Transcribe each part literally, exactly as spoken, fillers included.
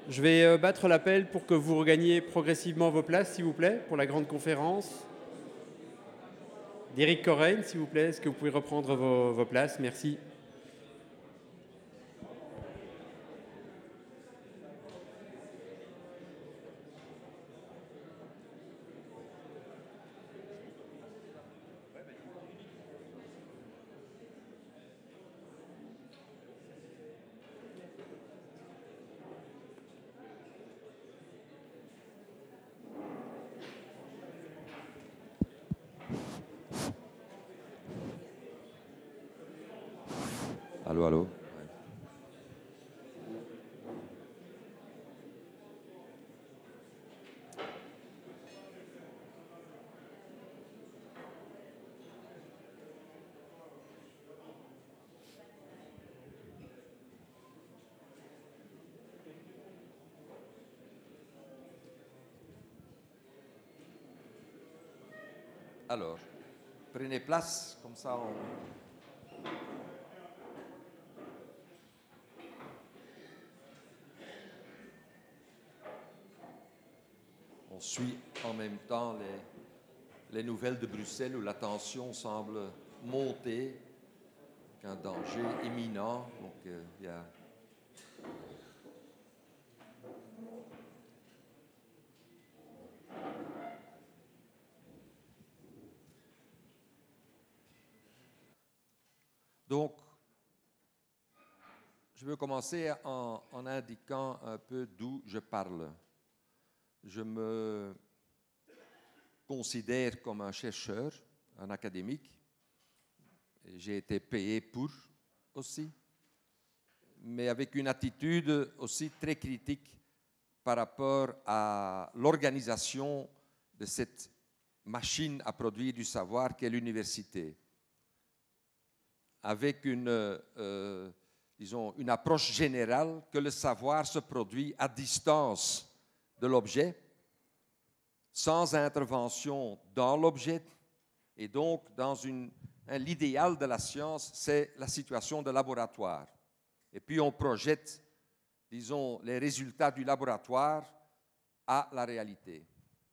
Je vais euh, battre l'appel pour que vous regagniez progressivement vos places, s'il vous plaît, pour la grande conférence. D'Éric Correille, s'il vous plaît, est-ce que vous pouvez reprendre vos, vos places? Merci. Allô, allô. Alors, prenez place, comme ça on... on suit en même temps les, les nouvelles de Bruxelles où la tension semble monter, qu'un danger imminent. Donc, euh, il y a... Donc, je veux commencer en, en indiquant un peu d'où je parle. Je me considère comme un chercheur, un académique. J'ai été payé pour aussi, mais avec une attitude aussi très critique par rapport à l'organisation de cette machine à produire du savoir qu'est l'université, avec une, euh, disons, une approche générale que le savoir se produit à distance de l'objet, sans intervention dans l'objet, et donc dans une, hein, l'idéal de la science, c'est la situation de laboratoire. Et puis on projette, disons, les résultats du laboratoire à la réalité.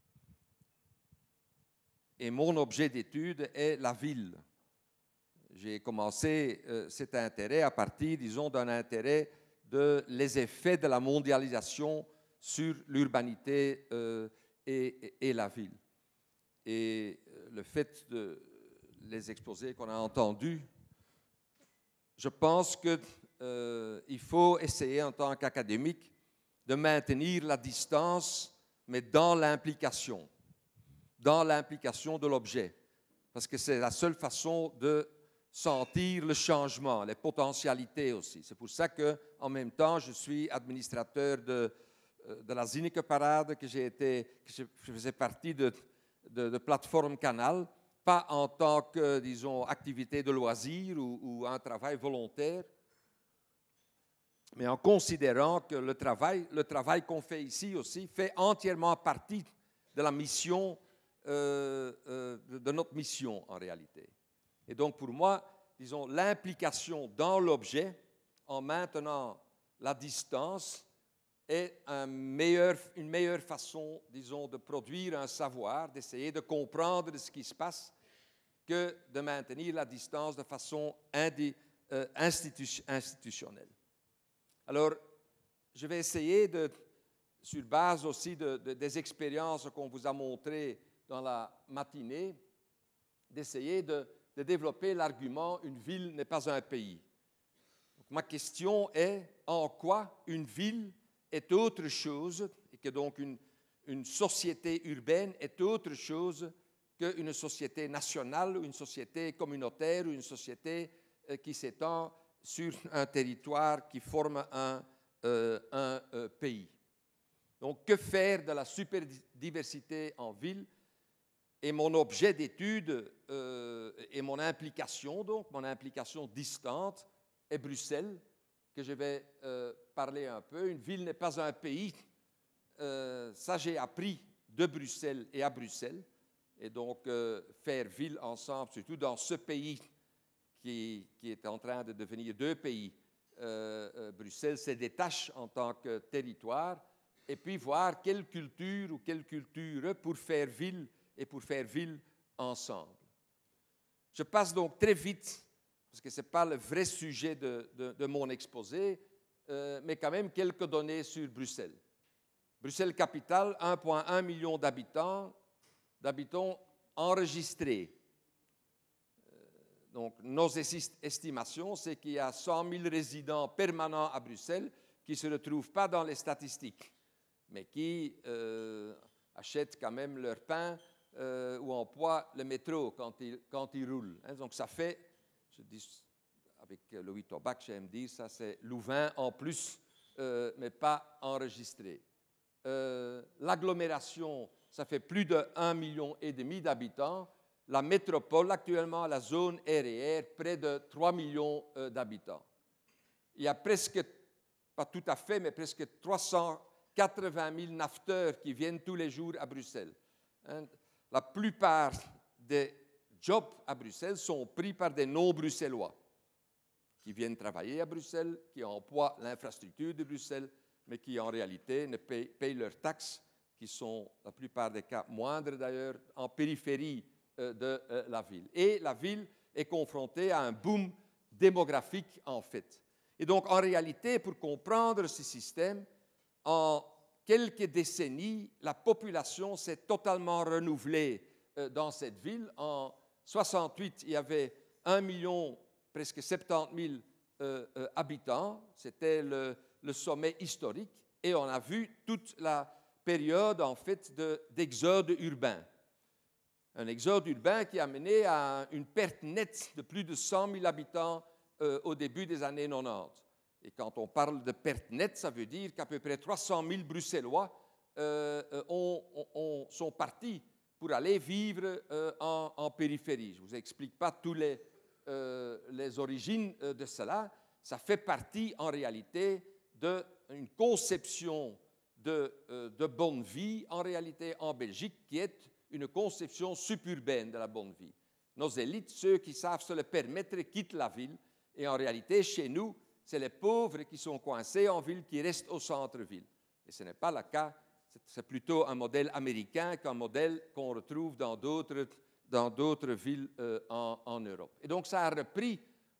Et mon objet d'étude est la ville. J'ai commencé euh, cet intérêt à partir, disons, d'un intérêt de les effets de la mondialisation sur l'urbanité euh, et, et, et la ville. Et le fait de les exposés qu'on a entendus, je pense qu'il euh, faut essayer en tant qu'académique de maintenir la distance, mais dans l'implication, dans l'implication de l'objet, parce que c'est la seule façon de sentir le changement, les potentialités aussi. C'est pour ça qu'en même temps, je suis administrateur de, de la Zinneke Parade, que j'ai été, que je faisais partie de, de, de plateforme Canal, pas en tant que, disons, activité de loisir ou, ou un travail volontaire, mais en considérant que le travail, le travail qu'on fait ici aussi fait entièrement partie de la mission, euh, euh, de notre mission en réalité. Et donc pour moi, disons, l'implication dans l'objet, en maintenant la distance, est un meilleur, une meilleure façon, disons, de produire un savoir, d'essayer de comprendre ce qui se passe, que de maintenir la distance de façon indi, euh, institu- institutionnelle. Alors, je vais essayer, de, sur base aussi de, de, des expériences qu'on vous a montrées dans la matinée, d'essayer de, de développer l'argument « une ville n'est pas un pays ». Donc, ma question est en quoi une ville est autre chose, et que donc une, une société urbaine est autre chose qu'une société nationale, ou une société communautaire, ou une société euh, qui s'étend sur un territoire qui forme un, euh, un euh, pays. Donc, que faire de la superdiversité en ville? Et mon objet d'étude euh, et mon implication, donc mon implication distante, est Bruxelles, que je vais euh, parler un peu. Une ville n'est pas un pays. Euh, ça, j'ai appris de Bruxelles et à Bruxelles. Et donc, euh, faire ville ensemble, surtout dans ce pays qui, qui est en train de devenir deux pays, euh, euh, Bruxelles se détache en tant que territoire, et puis voir quelle culture ou quelle culture pour faire ville et pour faire ville ensemble. Je passe donc très vite, parce que ce n'est pas le vrai sujet de, de, de mon exposé, euh, mais quand même quelques données sur Bruxelles. Bruxelles capitale, un virgule un million d'habitants, d'habitants enregistrés. Donc, nos estimations, c'est qu'il y a cent mille résidents permanents à Bruxelles qui ne se retrouvent pas dans les statistiques, mais qui euh, achètent quand même leur pain euh, ou emploient le métro quand ils, quand ils roulent. Hein. Donc, ça fait, je dis avec Louis Tobac, j'aime dire, ça c'est Louvain en plus, euh, mais pas enregistré. Euh, l'agglomération, ça fait plus de un million et demi d'habitants. La métropole, actuellement, la zone R et R, près de trois millions euh, d'habitants. Il y a presque, pas tout à fait, mais presque trois cent quatre-vingt mille nafteurs qui viennent tous les jours à Bruxelles. Hein. La plupart des jobs à Bruxelles sont pris par des non-bruxellois qui viennent travailler à Bruxelles, qui emploient l'infrastructure de Bruxelles, mais qui en réalité ne payent, payent leurs taxes, qui sont, la plupart des cas, moindres d'ailleurs, en périphérie euh, de euh, la ville. Et la ville est confrontée à un boom démographique, en fait. Et donc, en réalité, pour comprendre ce système, en quelques décennies, la population s'est totalement renouvelée euh, dans cette ville. En soixante-huit, il y avait un million, presque soixante-dix mille euh, euh, habitants. C'était le, le sommet historique. Et on a vu toute la période, en fait, de, d'exode urbain. Un exode urbain qui a mené à une perte nette de plus de cent mille habitants euh, au début des années quatre-vingt-dix. Et quand on parle de perte nette, ça veut dire qu'à peu près trois cent mille Bruxellois euh, ont, ont, sont partis pour aller vivre euh, en, en périphérie. Je ne vous explique pas toutes les, euh, les origines de cela. Ça fait partie, en réalité, d'une conception de, euh, de bonne vie, en réalité, en Belgique, qui est une conception suburbaine de la bonne vie. Nos élites, ceux qui savent se le permettre, quittent la ville. Et en réalité, chez nous, c'est les pauvres qui sont coincés en ville qui restent au centre-ville. Et ce n'est pas le cas. C'est plutôt un modèle américain qu'un modèle qu'on retrouve dans d'autres, dans d'autres villes euh, en, en Europe. Et donc, ça a repris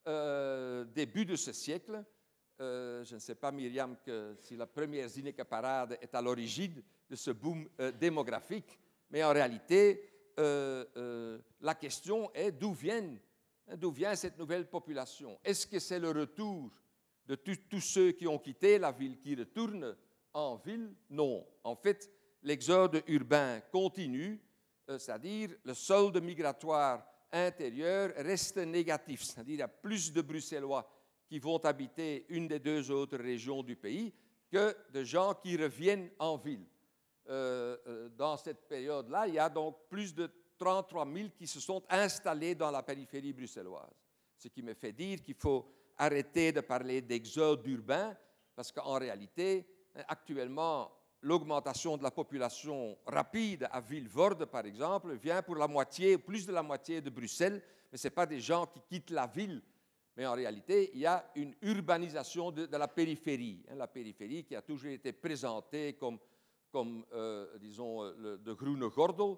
euh, début de ce siècle. Euh, je ne sais pas, Myriam, que si la première Zineke Parade est à l'origine de ce boom euh, démographique, mais en réalité, euh, euh, la question est d'où viennent, hein, d'où vient cette nouvelle population? Est-ce que c'est le retour de tous ceux qui ont quitté la ville qui retournent en ville? Non. En fait, l'exode urbain continue, euh, c'est-à-dire le solde migratoire intérieur reste négatif, c'est-à-dire il y a plus de Bruxellois qui vont habiter une des deux autres régions du pays que de gens qui reviennent en ville. Euh, euh, dans cette période-là, il y a donc plus de trente-trois mille qui se sont installés dans la périphérie bruxelloise. Ce qui me fait dire qu'il faut arrêter de parler d'exode urbain, parce qu'en réalité, actuellement, l'augmentation de la population rapide à Vilvoorde, par exemple, vient pour la moitié, plus de la moitié de Bruxelles, mais ce n'est pas des gens qui quittent la ville, mais en réalité, il y a une urbanisation de, de la périphérie. Hein, la périphérie qui a toujours été présentée comme, comme euh, disons, le, de groene gordel,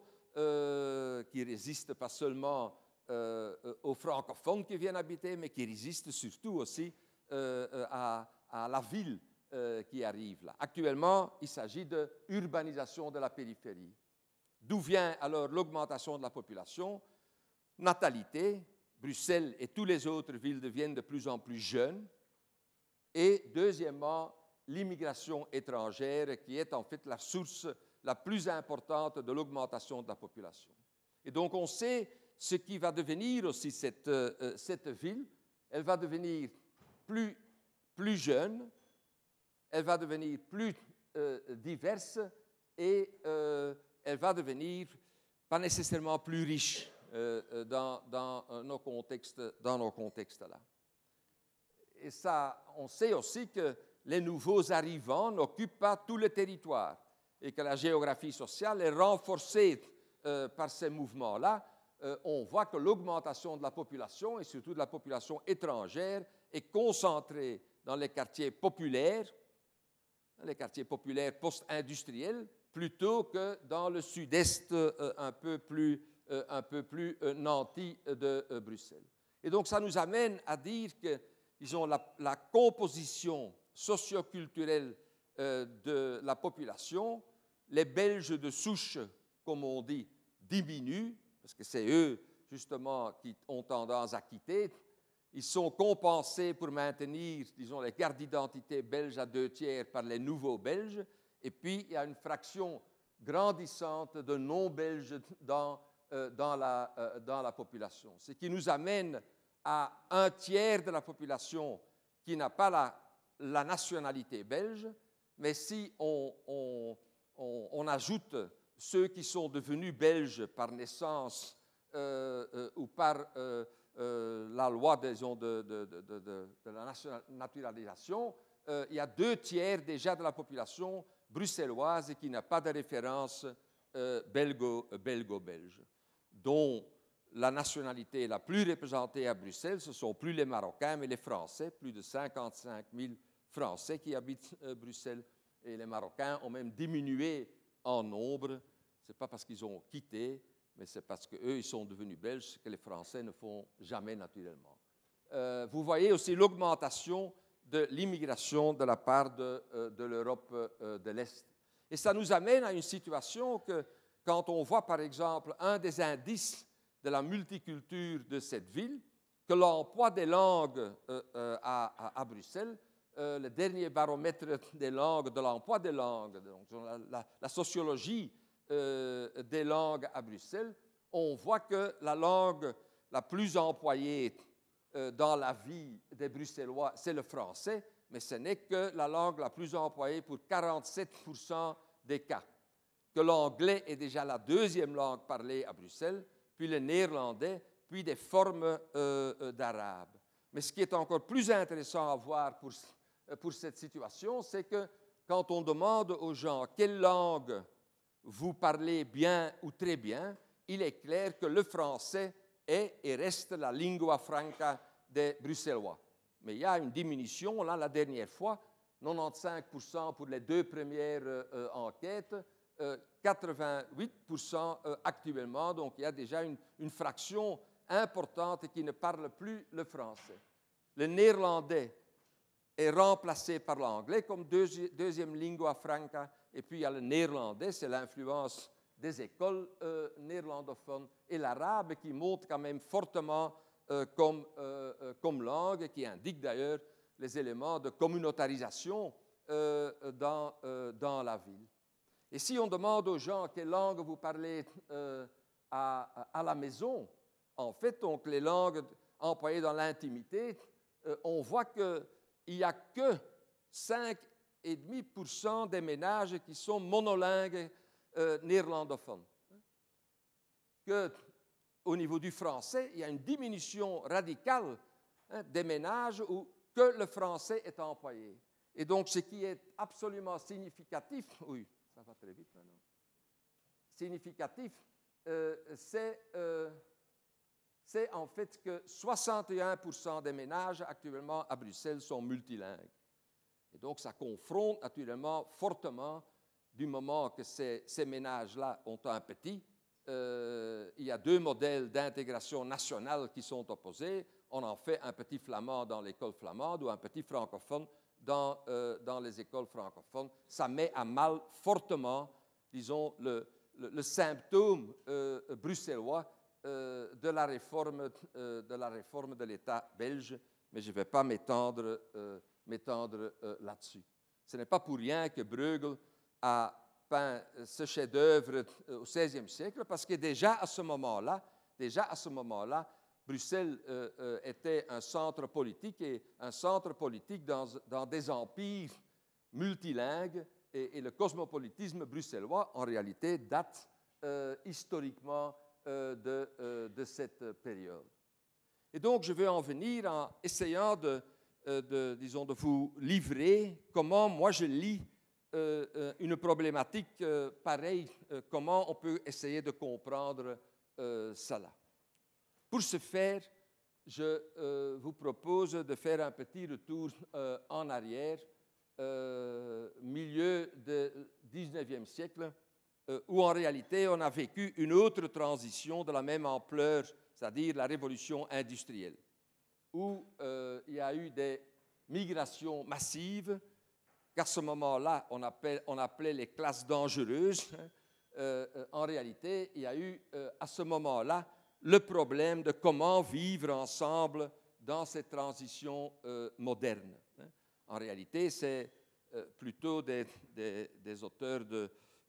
euh, qui résiste pas seulement euh, aux francophones qui viennent habiter, mais qui résiste surtout aussi euh, à, à la ville euh, qui arrive là. Actuellement, il s'agit de urbanisation de la périphérie. D'où vient alors l'augmentation de la population? Natalité. Bruxelles et toutes les autres villes deviennent de plus en plus jeunes. Et deuxièmement, l'immigration étrangère, qui est en fait la source la plus importante de l'augmentation de la population. Et donc on sait ce qui va devenir aussi cette, euh, cette ville. Elle va devenir plus, plus jeune, elle va devenir plus euh, diverse et euh, elle va devenir pas nécessairement plus riche. Euh, dans, dans, nos contextes, dans nos contextes-là. Et ça, on sait aussi que les nouveaux arrivants n'occupent pas tout le territoire et que la géographie sociale est renforcée euh, par ces mouvements-là. Euh, on voit que l'augmentation de la population, et surtout de la population étrangère, est concentrée dans les quartiers populaires, les quartiers populaires post-industriels, plutôt que dans le sud-est euh, un peu plus, euh, un peu plus euh, nanti de euh, Bruxelles. Et donc ça nous amène à dire que, disons, la, la composition socioculturelle euh, de la population, les Belges de souche, comme on dit, diminuent, parce que c'est eux, justement, qui ont tendance à quitter. Ils sont compensés pour maintenir, disons, les cartes d'identité belges à deux tiers par les nouveaux Belges. Et puis, il y a une fraction grandissante de non-Belges dans, euh, dans, la, euh, dans la population. Ce qui nous amène à un tiers de la population qui n'a pas la, la nationalité belge. Mais si on, on, on, on ajoute ceux qui sont devenus belges par naissance euh, euh, ou par... Euh, Euh, la loi disons, de, de, de, de, de la naturalisation, euh, il y a deux tiers déjà de la population bruxelloise qui n'a pas de référence euh, belgo-belge, dont la nationalité la plus représentée à Bruxelles, ce ne sont plus les Marocains, mais les Français, plus de cinquante-cinq mille Français qui habitent euh, Bruxelles, et les Marocains ont même diminué en nombre, ce n'est pas parce qu'ils ont quitté, mais c'est parce qu'eux, ils sont devenus belges, ce que les Français ne font jamais naturellement. Euh, vous voyez aussi l'augmentation de l'immigration de la part de, euh, de l'Europe euh, de l'Est. Et ça nous amène à une situation que, quand on voit, par exemple, un des indices de la multiculture de cette ville, que l'emploi des langues euh, euh, à, à, à Bruxelles, euh, le dernier baromètre des langues, de l'emploi des langues, donc la, la, la sociologie Euh, des langues à Bruxelles, on voit que la langue la plus employée euh, dans la vie des Bruxellois, c'est le français, mais ce n'est que la langue la plus employée pour quarante-sept pour cent des cas. Que l'anglais est déjà la deuxième langue parlée à Bruxelles, puis le néerlandais, puis des formes euh, euh, d'arabe. Mais ce qui est encore plus intéressant à voir pour, pour cette situation, c'est que quand on demande aux gens quelle langue vous parlez bien ou très bien, il est clair que le français est et reste la lingua franca des Bruxellois. Mais il y a une diminution, là, la dernière fois, quatre-vingt-quinze pour cent pour les deux premières euh, enquêtes, euh, quatre-vingt-huit pour cent euh, actuellement, donc il y a déjà une, une fraction importante qui ne parle plus le français. Le néerlandais est remplacé par l'anglais comme deuxi- deuxième lingua franca. Et puis il y a le néerlandais, c'est l'influence des écoles euh, néerlandophones, et l'arabe qui monte quand même fortement euh, comme, euh, euh, comme langue, qui indique d'ailleurs les éléments de communautarisation euh, dans, euh, dans la ville. Et si on demande aux gens quelle langue vous parlez euh, à, à la maison, en fait, donc les langues employées dans l'intimité, euh, on voit qu'il n'y a que cinq virgule cinq pour cent des ménages qui sont monolingues euh, néerlandophones. Qu'au niveau du français, il y a une diminution radicale hein, des ménages où que le français est employé. Et donc, ce qui est absolument significatif, oui, ça va très vite maintenant, significatif, euh, c'est, euh, c'est en fait que soixante et un pour cent des ménages actuellement à Bruxelles sont multilingues. Et donc, ça confronte naturellement fortement, du moment que ces, ces ménages-là ont un petit, euh, il y a deux modèles d'intégration nationale qui sont opposés. On en fait un petit flamand dans l'école flamande ou un petit francophone dans, euh, dans les écoles francophones. Ça met à mal fortement, disons, le, le, le symptôme euh, bruxellois euh, de la réforme euh, de la réforme de l'État belge, mais je ne vais pas m'étendre euh, m'étendre euh, là-dessus. Ce n'est pas pour rien que Bruegel a peint ce chef-d'œuvre euh, au seizième siècle, parce que déjà à ce moment-là, déjà à ce moment-là, Bruxelles euh, euh, était un centre politique, et un centre politique dans, dans des empires multilingues, et, et le cosmopolitisme bruxellois, en réalité, date euh, historiquement euh, de, euh, de cette période. Et donc, je vais en venir en essayant de De, disons, de vous livrer comment moi je lis euh, euh, une problématique euh, pareille, euh, comment on peut essayer de comprendre euh, cela. Pour ce faire, je euh, vous propose de faire un petit retour euh, en arrière, euh, milieu du dix-neuvième siècle, euh, où en réalité on a vécu une autre transition de la même ampleur, c'est-à-dire la révolution industrielle, où euh, il y a eu des migrations massives, qu'à ce moment-là on, on appelait les classes dangereuses. Euh, euh, en réalité, il y a eu euh, à ce moment-là le problème de comment vivre ensemble dans cette transition euh, moderne. En réalité, c'est euh, plutôt des, des, des auteurs de,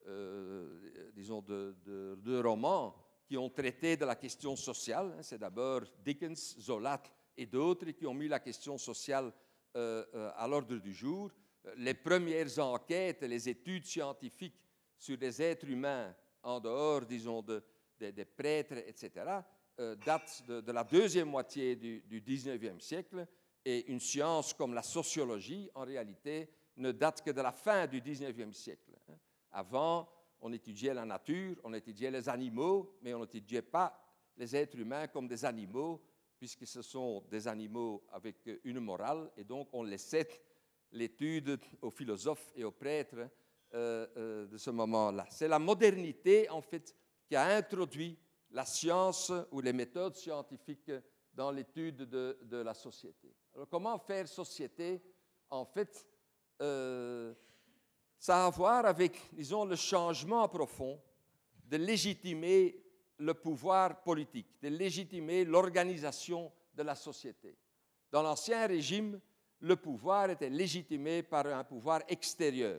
euh, disons de, de, de romans qui ont traité de la question sociale. C'est d'abord Dickens, Zola et d'autres qui ont mis la question sociale euh, euh, à l'ordre du jour. Les premières enquêtes, les études scientifiques sur des êtres humains en dehors, disons, de, de, des prêtres, et cetera, euh, datent de, de la deuxième moitié du, du dix-neuvième siècle, et une science comme la sociologie, en réalité, ne date que de la fin du dix-neuvième siècle. Avant, on étudiait la nature, on étudiait les animaux, mais on n'étudiait pas les êtres humains comme des animaux, puisque ce sont des animaux avec une morale, et donc on laissait l'étude aux philosophes et aux prêtres euh, euh, de ce moment-là. C'est la modernité, en fait, qui a introduit la science ou les méthodes scientifiques dans l'étude de, de la société. Alors, comment faire société? En fait, euh, ça a à voir avec, disons, le changement profond de légitimer le pouvoir politique, de légitimer l'organisation de la société. Dans l'Ancien Régime, le pouvoir était légitimé par un pouvoir extérieur.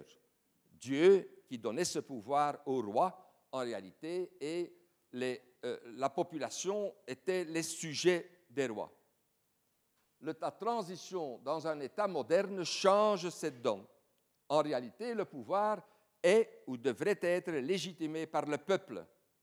Dieu qui donnait ce pouvoir au roi, en réalité, et les, euh, la population était les sujets des rois. Le, la transition dans un État moderne change cette donne. En réalité, le pouvoir est ou devrait être légitimé par le peuple,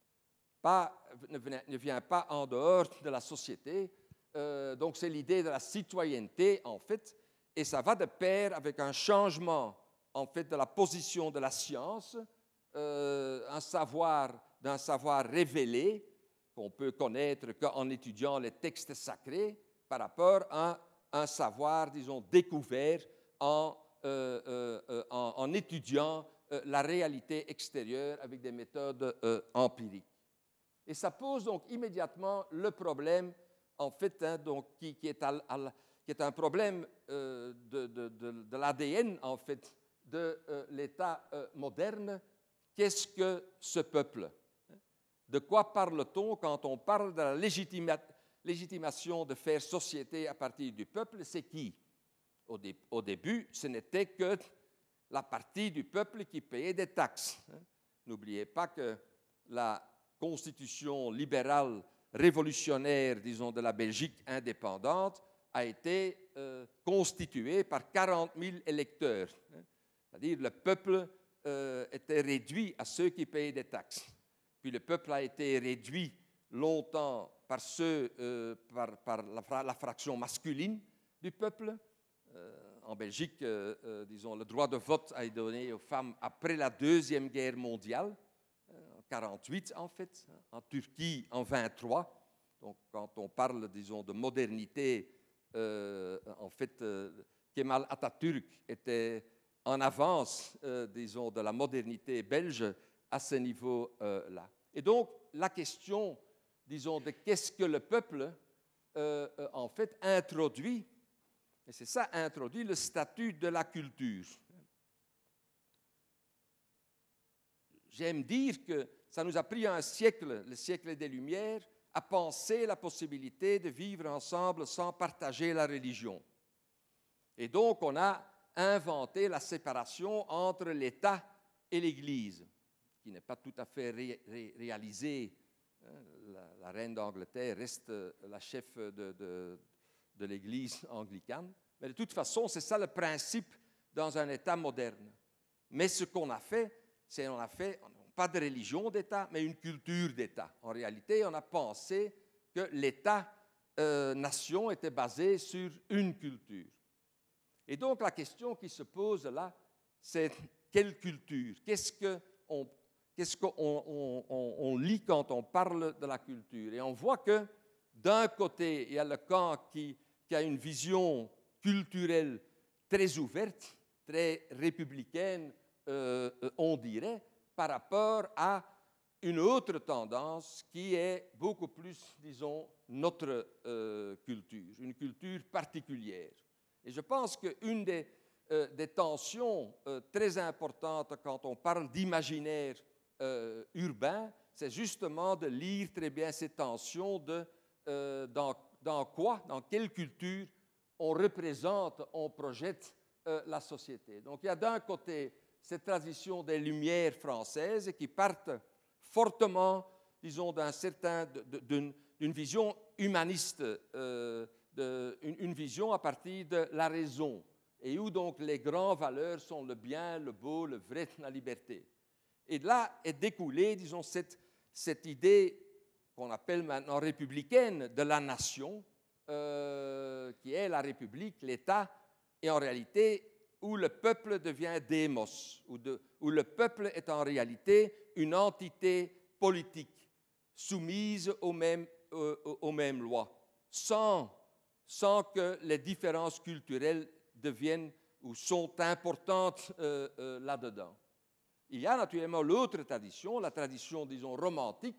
pas, ne, ne vient pas en dehors de la société. Euh, donc c'est l'idée de la citoyenneté, en fait, et ça va de pair avec un changement, en fait, de la position de la science, euh, un savoir, d'un savoir révélé, qu'on peut connaître qu'en étudiant les textes sacrés, par rapport à un savoir, disons, découvert en, euh, euh, en, en étudiant euh, la réalité extérieure avec des méthodes euh, empiriques. Et ça pose donc immédiatement le problème, en fait, hein, donc, qui, qui, est à, à, qui est un problème euh, de, de, de, de l'A D N, en fait, de euh, l'État euh, moderne. Qu'est-ce que ce peuple? De quoi parle-t-on quand on parle de la légitima, légitimation de faire société à partir du peuple? C'est qui? Au, dé, au début, ce n'était que la partie du peuple qui payait des taxes. N'oubliez pas que la constitution libérale révolutionnaire, disons, de la Belgique indépendante a été euh, constituée par quarante mille électeurs. C'est-à-dire le peuple euh, était réduit à ceux qui payaient des taxes. Puis le peuple a été réduit longtemps par, ceux, euh, par, par la, la fraction masculine du peuple. Euh, en Belgique, euh, euh, disons, le droit de vote a été donné aux femmes après la Deuxième Guerre mondiale, en mille neuf cent quarante-huit en fait, en Turquie en vingt-trois. Donc quand on parle, disons, de modernité, euh, en fait, euh, Kemal Atatürk était en avance, euh, disons, de la modernité belge à ce niveau-là. Euh, Et donc, la question, disons, de qu'est-ce que le peuple, euh, euh, en fait, introduit, et c'est ça, introduit le statut de la culture. J'aime dire que ça nous a pris un siècle, le siècle des Lumières, à penser la possibilité de vivre ensemble sans partager la religion. Et donc, on a inventé la séparation entre l'État et l'Église, qui n'est pas tout à fait ré, ré, réalisée. La, la reine d'Angleterre reste la chef de, de, de l'Église anglicane. Mais de toute façon, c'est ça le principe dans un État moderne. Mais ce qu'on a fait, c'est qu'on a fait, pas de religion d'État, mais une culture d'État. En réalité, on a pensé que l'État-nation euh, était basé sur une culture. Et donc, la question qui se pose là, c'est quelle culture? Qu'est-ce qu'on qu'est-ce qu'on on, on, on lit quand on parle de la culture? Et on voit que d'un côté, il y a le camp qui, qui a une vision culturelle très ouverte, très républicaine, euh, on dirait, par rapport à une autre tendance qui est beaucoup plus, disons, notre euh, culture, une culture particulière. Et je pense qu'une des, euh, des tensions euh, très importantes quand on parle d'imaginaire euh, urbain, c'est justement de lire très bien ces tensions de euh, dans, dans quoi, dans quelle culture on représente, on projette euh, la société. Donc il y a d'un côté cette tradition des Lumières françaises qui partent fortement, disons, d'un certain, d'une, d'une vision humaniste, euh, de, une, une vision à partir de la raison, et où donc les grandes valeurs sont le bien, le beau, le vrai, la liberté. Et de là est découlée, disons, cette, cette idée qu'on appelle maintenant républicaine de la nation, euh, qui est la République, l'État, et en réalité où le peuple devient démos, où, de, où le peuple est en réalité une entité politique soumise aux mêmes, euh, aux mêmes lois, sans, sans que les différences culturelles deviennent ou sont importantes euh, euh, là-dedans. Il y a naturellement l'autre tradition, la tradition, disons, romantique,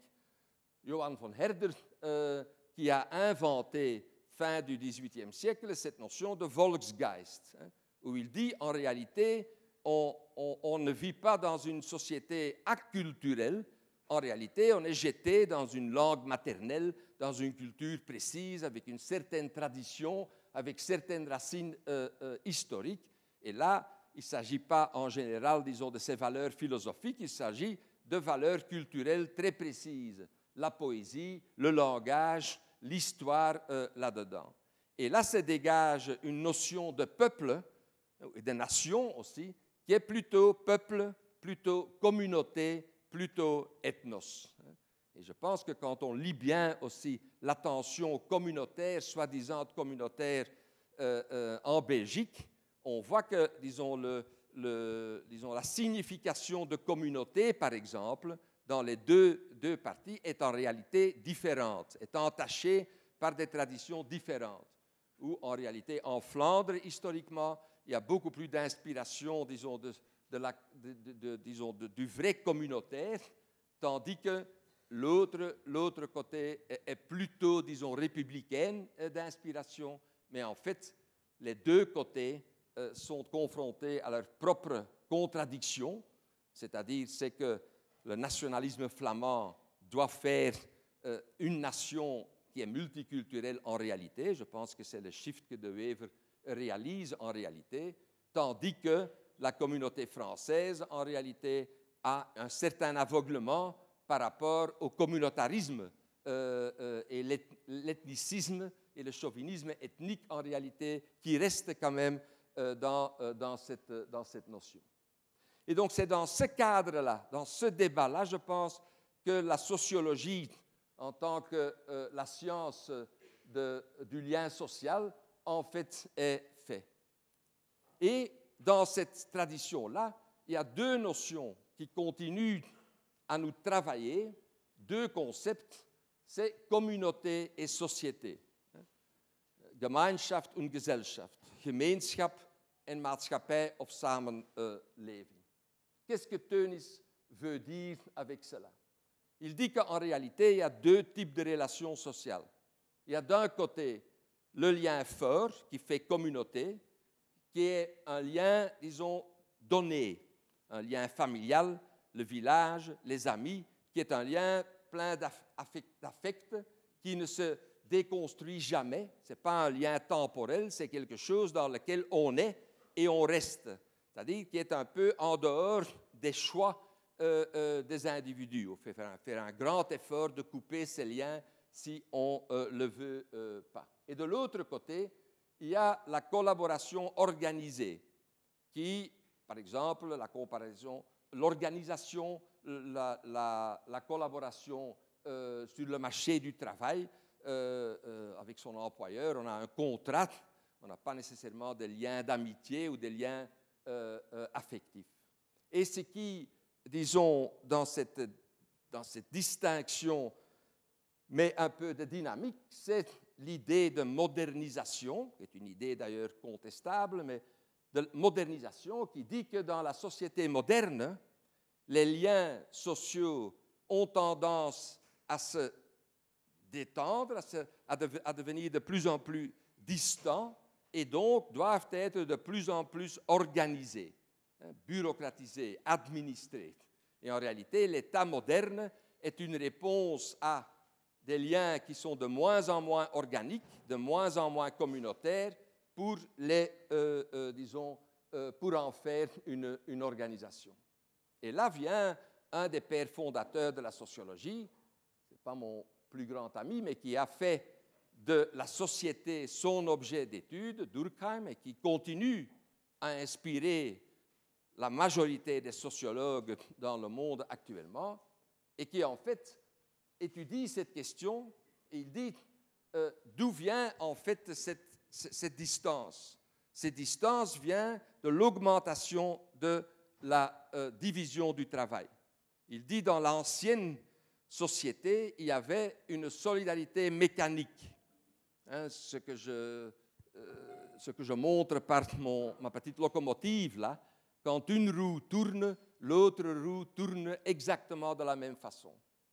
Johan von Herder, euh, qui a inventé, fin du dix-huitième siècle, cette notion de Volksgeist, hein, où il dit, en réalité, on, on, on ne vit pas dans une société acculturelle, en réalité, on est jeté dans une langue maternelle, dans une culture précise, avec une certaine tradition, avec certaines racines euh, euh, historiques, et là, il ne s'agit pas en général, disons, de ces valeurs philosophiques, il s'agit de valeurs culturelles très précises, la poésie, le langage, l'histoire euh, là-dedans. Et là se dégage une notion de peuple, et de nation aussi, qui est plutôt peuple, plutôt communauté, plutôt ethnos. Et je pense que quand on lit bien aussi la tension communautaire, soi-disant communautaire euh, euh, en Belgique, on voit que, disons, le, le, disons, la signification de communauté, par exemple, dans les deux, deux parties, est en réalité différente, est entachée par des traditions différentes. Où, en réalité, en Flandre, historiquement, il y a beaucoup plus d'inspiration, disons, de, de la, de, de, de, disons de, du vrai communautaire, tandis que l'autre, l'autre côté est, est plutôt, disons, républicaine d'inspiration, mais en fait, les deux côtés euh, sont confrontés à leur propre contradiction, c'est-à-dire c'est que le nationalisme flamand doit faire euh, une nation qui est multiculturelle en réalité. Je pense que c'est le shift que De Wever réalise en réalité, tandis que la communauté française, en réalité, a un certain aveuglement par rapport au communautarisme euh, euh, et l'ethnicisme et le chauvinisme ethnique, en réalité, qui reste quand même euh, dans, euh, dans, cette, dans cette notion. Et donc, c'est dans ce cadre-là, dans ce débat-là, je pense que la sociologie, en tant que euh, la science de, du lien social, en fait, est fait. Et dans cette tradition-là, il y a deux notions qui continuent à nous travailler, deux concepts, c'est communauté et société. Gemeinschaft und Gesellschaft, gemeenschap en maatschappij of samenleving. Qu'est-ce que Teunis veut dire avec cela? Il dit qu'en réalité, il y a deux types de relations sociales. Il y a d'un côté le lien fort qui fait communauté, qui est un lien, disons, donné, un lien familial, le village, les amis, qui est un lien plein d'affect, qui ne se déconstruit jamais. Ce n'est pas un lien temporel, c'est quelque chose dans lequel on est et on reste. C'est-à-dire qui est un peu en dehors des choix euh, euh, des individus. On fait faire un, faire un grand effort de couper ces liens si on ne euh, le veut euh, pas. Et de l'autre côté, il y a la collaboration organisée, qui, par exemple, la comparaison, l'organisation, la, la, la collaboration euh, sur le marché du travail euh, euh, avec son employeur. On a un contrat, on n'a pas nécessairement des liens d'amitié ou des liens euh, euh, affectifs. Et ce qui, disons, dans cette, dans cette distinction mais un peu de dynamique, c'est l'idée de modernisation, qui est une idée d'ailleurs contestable, mais de modernisation qui dit que dans la société moderne, les liens sociaux ont tendance à se détendre, à, se, à, de, à devenir de plus en plus distants et donc doivent être de plus en plus organisés, hein, bureaucratisés, administrés. Et en réalité, l'État moderne est une réponse à des liens qui sont de moins en moins organiques, de moins en moins communautaires, pour les, euh, euh, disons, euh, pour en faire une, une organisation. Et là vient un des pères fondateurs de la sociologie, ce n'est pas mon plus grand ami, mais qui a fait de la société son objet d'étude, Durkheim, et qui continue à inspirer la majorité des sociologues dans le monde actuellement, et qui en fait étudie cette question, et il dit euh, d'où vient en fait cette, cette distance. Cette distance vient de l'augmentation de la euh, division du travail. Il dit dans l'ancienne société, il y avait une solidarité mécanique. Hein, ce, que je, euh, ce que je montre par mon, ma petite locomotive là, quand une roue tourne, l'autre roue tourne exactement de la même façon.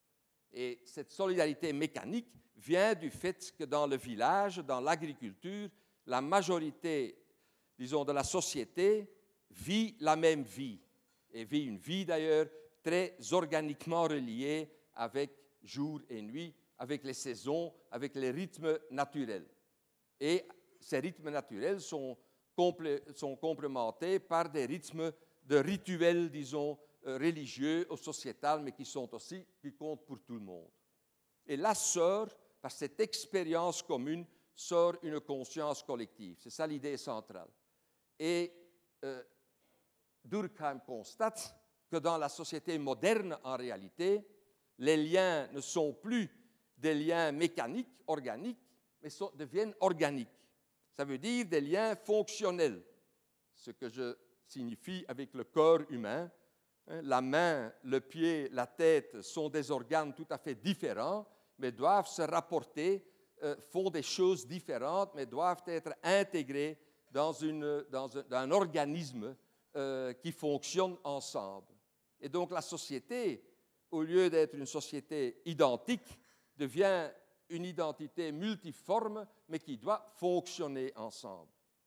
Et cette solidarité mécanique vient du fait que dans le village, dans l'agriculture, la majorité, disons, de la société vit la même vie, et vit une vie d'ailleurs très organiquement reliée avec jour et nuit, avec les saisons, avec les rythmes naturels. Et ces rythmes naturels sont, complé- sont complémentés par des rythmes de rituels, disons, euh, religieux ou sociétals, mais qui sont aussi, qui comptent pour tout le monde. Et là sort, par cette expérience commune, sort une conscience collective. C'est ça l'idée centrale. Et euh, Durkheim constate que dans la société moderne, en réalité, les liens ne sont plus des liens mécaniques, organiques, mais sont, deviennent organiques. Ça veut dire des liens fonctionnels, ce que je signifie avec le corps humain. La main, le pied, la tête sont des organes tout à fait différents, mais doivent se rapporter, euh, font des choses différentes, mais doivent être intégrés dans, une, dans un, un organisme euh, qui fonctionne ensemble. Et donc la société, au lieu d'être une société identique, devient une identité multiforme, mais qui doit fonctionner ensemble.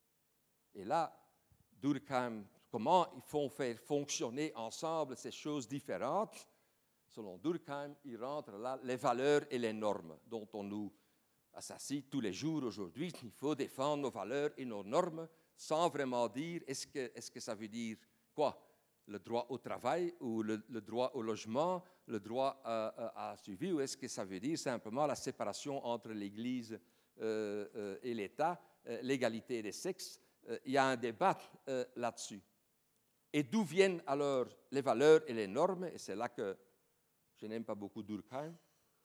Et là, Durkheim, comment ils font faire fonctionner ensemble ces choses différentes? Selon Durkheim, il rentre là les valeurs et les normes dont on nous assassine tous les jours aujourd'hui. Il faut défendre nos valeurs et nos normes sans vraiment dire est-ce que, est-ce que ça veut dire quoi? Le droit au travail ou le, le droit au logement, le droit à, à, à suivi, ou est-ce que ça veut dire simplement la séparation entre l'Église euh, euh, et l'État, euh, l'égalité des sexes? Euh, il y a un débat euh, là-dessus. Et d'où viennent alors les valeurs et les normes? Et c'est là que je n'aime pas beaucoup Durkheim.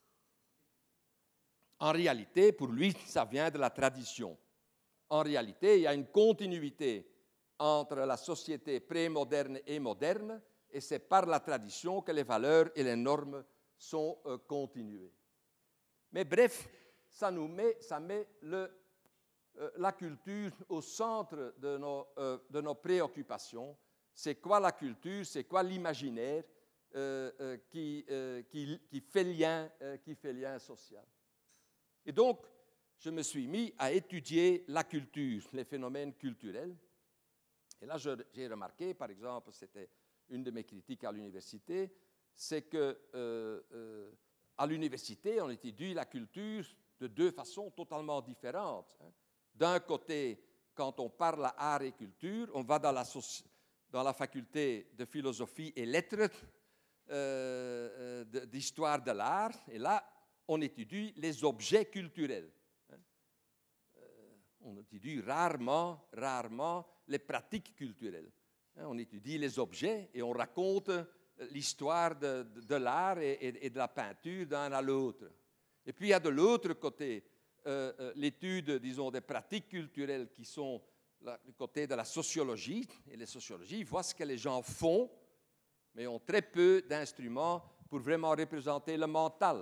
En réalité, pour lui, ça vient de la tradition. En réalité, il y a une continuité entre la société pré-moderne et moderne, et c'est par la tradition que les valeurs et les normes sont euh, continuées. Mais bref, ça nous met, ça met le, euh, la culture au centre de nos, euh, de nos préoccupations. C'est quoi la culture? C'est quoi l'imaginaire euh, euh, qui, euh, qui, qui, fait lien, euh, qui fait lien social? Et donc, je me suis mis à étudier la culture, les phénomènes culturels. Et là, je, j'ai remarqué, par exemple, c'était une de mes critiques à l'université, c'est qu'à euh, euh, l'université, on étudie la culture de deux façons totalement différentes. Hein. D'un côté, quand on parle à art et culture, on va dans la, soci- dans la faculté de philosophie et lettres, euh, euh, d'histoire de l'art, et là, on étudie les objets culturels. Hein. Euh, on étudie rarement, rarement les pratiques culturelles. Hein, on étudie les objets et on raconte l'histoire de, de, de l'art et, et, et de la peinture d'un à l'autre. Et puis il y a de l'autre côté euh, euh, l'étude, disons, des pratiques culturelles qui sont la, du côté de la sociologie. Et les sociologies voient ce que les gens font, mais ont très peu d'instruments pour vraiment représenter le mental, en fait.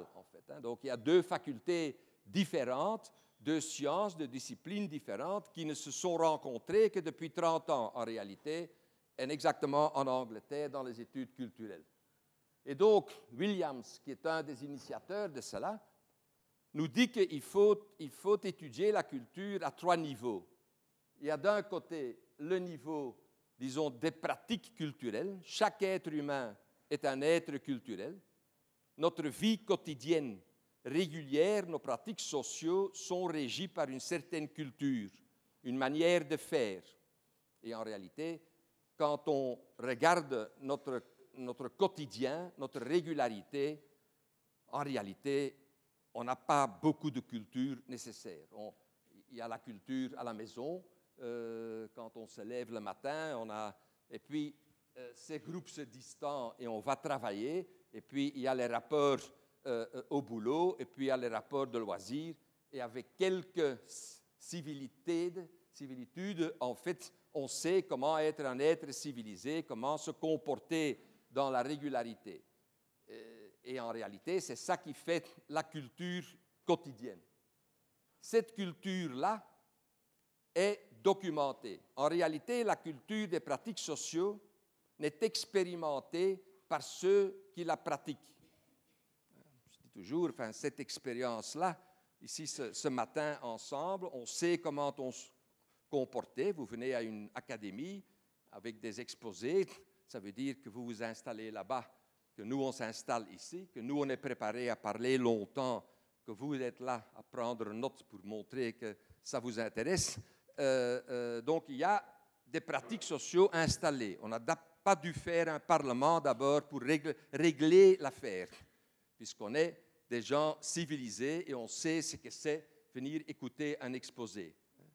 hein. Donc il y a deux facultés différentes, deux sciences, deux disciplines différentes qui ne se sont rencontrées que depuis trente ans en réalité, et exactement en Angleterre dans les études culturelles. Et donc Williams, qui est un des initiateurs de cela, nous dit qu'il faut, il faut étudier la culture à trois niveaux. Il y a d'un côté le niveau, disons, des pratiques culturelles. Chaque être humain est un être culturel. Notre vie quotidienne, régulière, nos pratiques sociales sont régies par une certaine culture, une manière de faire. Et en réalité, quand on regarde notre, notre quotidien, notre régularité, en réalité, on n'a pas beaucoup de culture nécessaire. On, il y a la culture à la maison, euh, quand on se lève le matin, on a, et puis euh, ces groupes se distendent et on va travailler, et puis il y a les rapports euh, au boulot, et puis il y a les rapports de loisirs, et avec quelques civilités, similitudes, en fait, on sait comment être un être civilisé, comment se comporter dans la régularité. Et en réalité, c'est ça qui fait la culture quotidienne. Cette culture-là est documentée. En réalité, la culture des pratiques sociales n'est expérimentée par ceux qui la pratiquent. Je dis toujours, enfin, cette expérience-là, ici ce, ce matin ensemble, on sait comment on se comporter. Vous venez à une académie avec des exposés, ça veut dire que vous vous installez là-bas, que nous, on s'installe ici, que nous, on est préparé à parler longtemps, que vous êtes là à prendre note pour montrer que ça vous intéresse. Euh, euh, donc, il y a des pratiques sociales installées. On n'a pas dû faire un parlement d'abord pour régler, régler l'affaire, puisqu'on est des gens civilisés et on sait ce que c'est venir écouter un exposé.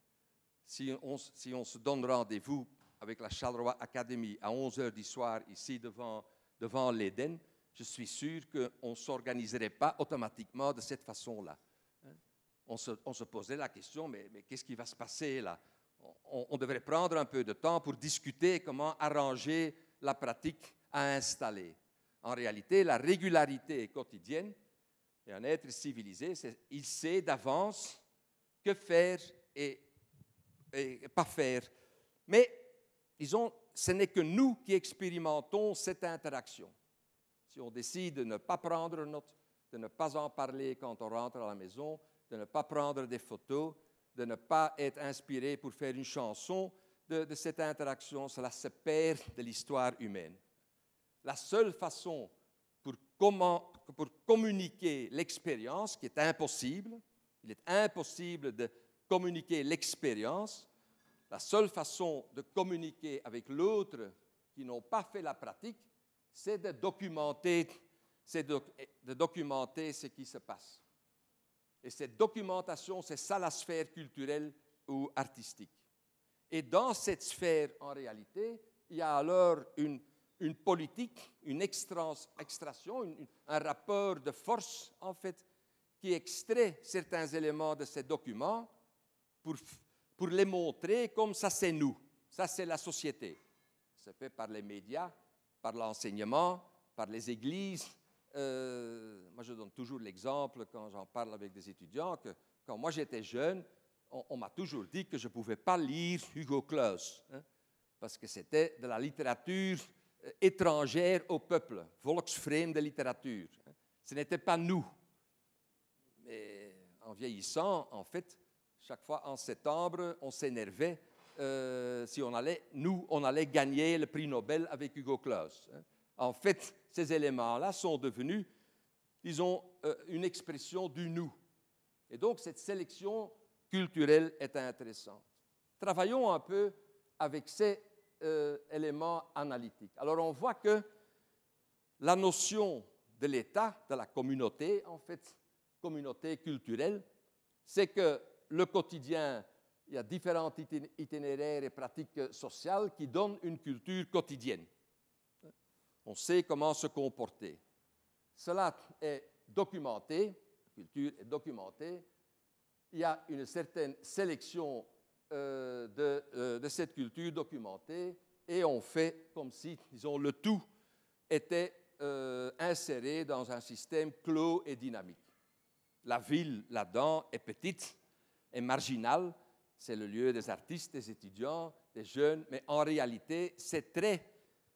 Si on, si on se donne rendez-vous avec la Charleroi Academy à onze heures du soir, ici devant... devant l'Éden, je suis sûr qu'on ne s'organiserait pas automatiquement de cette façon-là. On se, on se posait la question, mais, mais qu'est-ce qui va se passer là? on, on devrait prendre un peu de temps pour discuter comment arranger la pratique à installer. En réalité, la régularité quotidienne, et un être civilisé, il sait d'avance que faire et, et pas faire. Mais, disons, ce n'est que nous qui expérimentons cette interaction. Si on décide de ne pas prendre note, de ne pas en parler quand on rentre à la maison, de ne pas prendre des photos, de ne pas être inspiré pour faire une chanson, de, de cette interaction, cela se perd de l'histoire humaine. La seule façon pour, comment, pour communiquer l'expérience, qui est impossible, il est impossible de communiquer l'expérience. La seule façon de communiquer avec l'autre qui n'ont pas fait la pratique, c'est de documenter, c'est de, de documenter ce qui se passe. Et cette documentation, c'est ça la sphère culturelle ou artistique. Et dans cette sphère, en réalité, il y a alors une, une politique, une extra, extraction, une, un rapport de force, en fait, qui extrait certains éléments de ces documents pour pour les montrer comme ça c'est nous, ça c'est la société. C'est fait par les médias, par l'enseignement, par les églises. Euh, moi je donne toujours l'exemple quand j'en parle avec des étudiants que quand moi j'étais jeune, on, on m'a toujours dit que je ne pouvais pas lire Hugo Claus, hein, parce que c'était de la littérature étrangère au peuple, volksvreemde littérature. Hein. Ce n'était pas nous. Mais en vieillissant, en fait, chaque fois en septembre, on s'énervait euh, si on allait, nous, on allait gagner le prix Nobel avec Hugo Claus. Hein. En fait, ces éléments-là sont devenus, disons, euh, une expression du nous. Et donc, cette sélection culturelle est intéressante. Travaillons un peu avec ces euh, éléments analytiques. Alors, on voit que la notion de l'État, de la communauté, en fait, communauté culturelle, c'est que le quotidien, il y a différents itinéraires et pratiques sociales qui donnent une culture quotidienne. On sait comment se comporter. Cela est documenté, la culture est documentée. Il y a une certaine sélection euh, de, euh, de cette culture documentée et on fait comme si, disons, le tout était euh, inséré dans un système clos et dynamique. La ville, là-dedans, est petite, est marginale. C'est le lieu des artistes, des étudiants, des jeunes. Mais en réalité, c'est très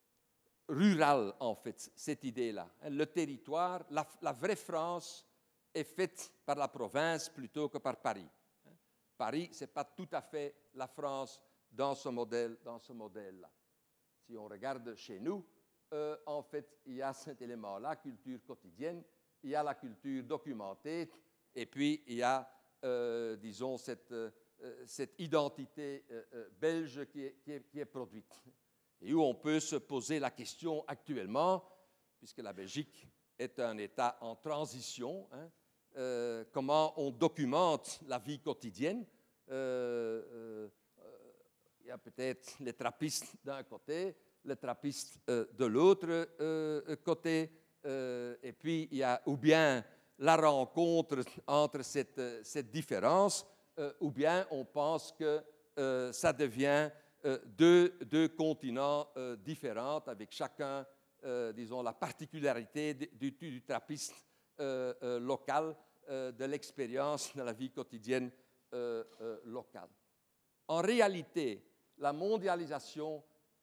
rural, en fait, cette idée-là. Le territoire, la, la vraie France est faite par la province plutôt que par Paris. Paris, ce n'est pas tout à fait la France dans ce modèle, dans ce modèle-là. Si on regarde chez nous, euh, en fait, il y a cet élément-là, culture quotidienne, il y a la culture documentée, et puis il y a, euh, disons, cette, euh, cette identité euh, euh, belge qui est, qui, est, qui est produite. Et où on peut se poser la question actuellement, puisque la Belgique est un État en transition, hein, euh, comment on documente la vie quotidienne. Euh, euh, il y a peut-être les trappistes d'un côté, les trappistes euh, de l'autre euh, côté, euh, et puis il y a ou bien la rencontre entre cette, cette différence, euh, ou bien on pense que euh, ça devient euh, deux, deux continents euh, différents, avec chacun, euh, disons, la particularité du, du, du trappiste euh, euh, local, euh, de l'expérience de la vie quotidienne euh, euh, locale. En réalité, la mondialisation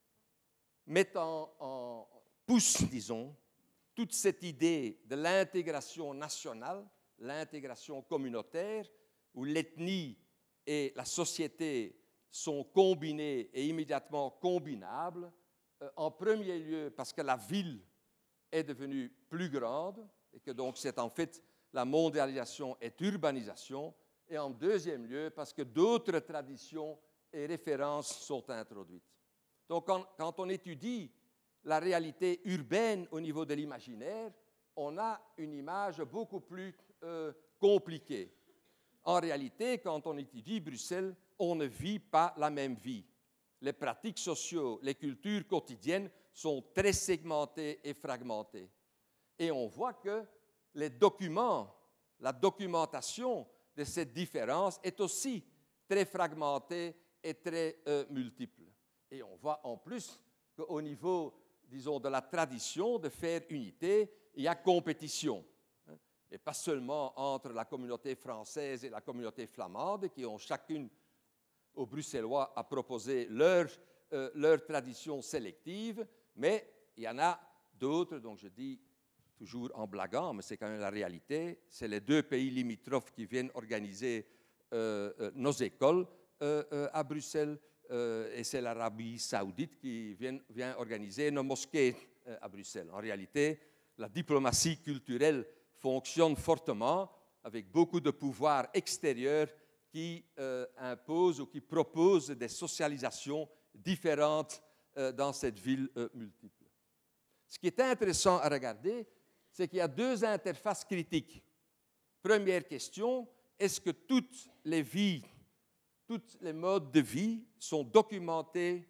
met en, en pousse, disons, toute cette idée de l'intégration nationale, l'intégration communautaire, où l'ethnie et la société sont combinées et immédiatement combinables, euh, en premier lieu parce que la ville est devenue plus grande et que donc c'est en fait la mondialisation et urbanisation, et en deuxième lieu parce que d'autres traditions et références sont introduites. Donc quand, quand on étudie la réalité urbaine au niveau de l'imaginaire, on a une image beaucoup plus euh, compliquée. En réalité, quand on étudie Bruxelles, on ne vit pas la même vie. Les pratiques sociales, les cultures quotidiennes sont très segmentées et fragmentées. Et on voit que les documents, la documentation de cette différence est aussi très fragmentée et très euh, multiple. Et on voit en plus qu'au niveau, disons, de la tradition de faire unité, il y a compétition. Et pas seulement entre la communauté française et la communauté flamande, qui ont chacune, aux Bruxellois, à proposer leur, euh, leur tradition sélective, mais il y en a d'autres, donc je dis toujours en blaguant, mais c'est quand même la réalité, c'est les deux pays limitrophes qui viennent organiser euh, euh, nos écoles euh, euh, à Bruxelles, euh, et c'est l'Arabie saoudite qui vient, vient organiser nos mosquées euh, à Bruxelles. En réalité, la diplomatie culturelle fonctionne fortement avec beaucoup de pouvoirs extérieurs qui euh, imposent ou qui proposent des socialisations différentes euh, dans cette ville euh, multiple. Ce qui est intéressant à regarder, c'est qu'il y a deux interfaces critiques. Première question, est-ce que toutes les vies, tous les modes de vie sont documentés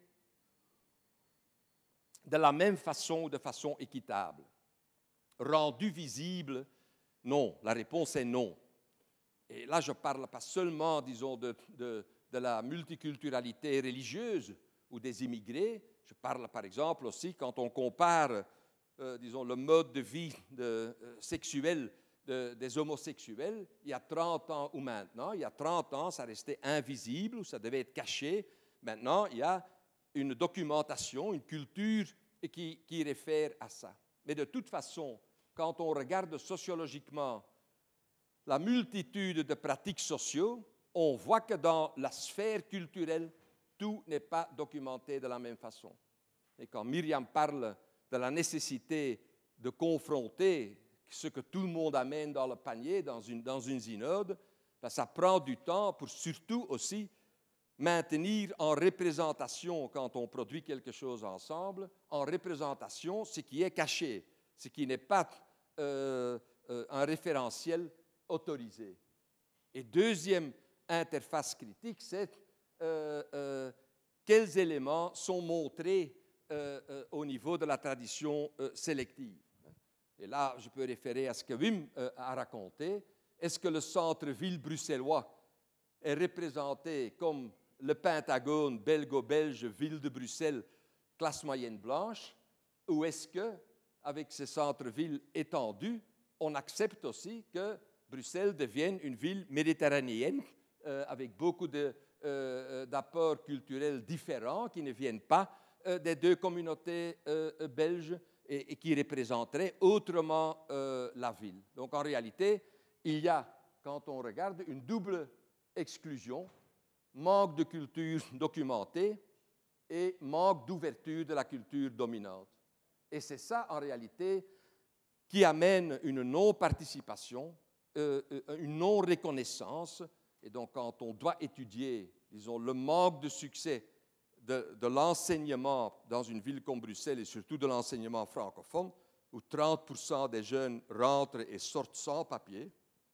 de la même façon ou de façon équitable? Rendus visibles? Non. La réponse est non. Et là, je ne parle pas seulement, disons, de, de, de la multiculturalité religieuse ou des immigrés. Je parle, par exemple, aussi, quand on compare, euh, disons, le mode de vie de, euh, sexuel de, des homosexuels, il y a trente ans ou maintenant, il y a trente ans, ça restait invisible, ou ça devait être caché. Maintenant, il y a une documentation, une culture qui, qui réfère à ça. Mais de toute façon, quand on regarde sociologiquement la multitude de pratiques sociales, on voit que dans la sphère culturelle, tout n'est pas documenté de la même façon. Et quand Myriam parle de la nécessité de confronter ce que tout le monde amène dans le panier, dans une, dans une synode, ben ça prend du temps pour surtout aussi maintenir en représentation, quand on produit quelque chose ensemble, en représentation ce qui est caché, ce qui n'est pas euh, euh, un référentiel autorisé. Et deuxième interface critique, c'est euh, euh, quels éléments sont montrés euh, euh, au niveau de la tradition euh, sélective. Et là, je peux référer à ce que Wim euh, a raconté. Est-ce que le centre-ville bruxellois est représenté comme le Pentagone belgo-belge, ville de Bruxelles, classe moyenne blanche, ou est-ce que, avec ces centres-villes étendus, on accepte aussi que Bruxelles devienne une ville méditerranéenne euh, avec beaucoup de, euh, d'apports culturels différents qui ne viennent pas euh, des deux communautés euh, belges et, et qui représenteraient autrement euh, la ville. Donc en réalité, il y a, quand on regarde, une double exclusion, manque de culture documentée et manque d'ouverture de la culture dominante. Et c'est ça, en réalité, qui amène une non-participation, euh, une non-reconnaissance. Et donc, quand on doit étudier, disons, le manque de succès de, de l'enseignement dans une ville comme Bruxelles, et surtout de l'enseignement francophone, où trente pour cent des jeunes rentrent et sortent sans papier,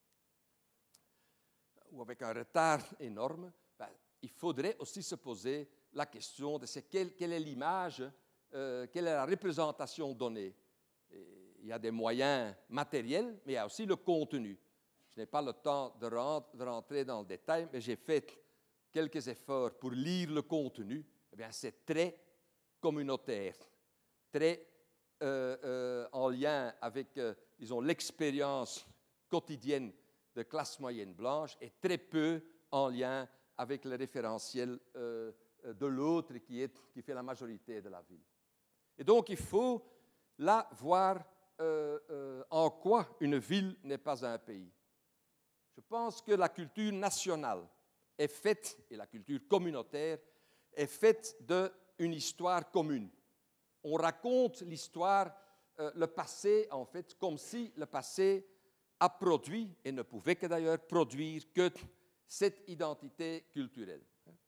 ou avec un retard énorme, ben, il faudrait aussi se poser la question de c'est quelle, quelle est l'image, euh, quelle est la représentation donnée. Et il y a des moyens matériels, mais il y a aussi le contenu. Je n'ai pas le temps de, rentrer, de rentrer dans le détail, mais j'ai fait quelques efforts pour lire le contenu. Eh bien, c'est très communautaire, très euh, euh, en lien avec, euh, disons, l'expérience quotidienne de classe moyenne blanche et très peu en lien avec le référentiel euh, de l'autre qui, est, qui fait la majorité de la ville. Et donc, il faut là voir euh, euh, en quoi une ville n'est pas un pays. Je pense que la culture nationale est faite, et la culture communautaire, est faite d'une histoire commune. On raconte l'histoire, euh, le passé, en fait, comme si le passé a produit, et ne pouvait que d'ailleurs produire, que cette identité culturelle.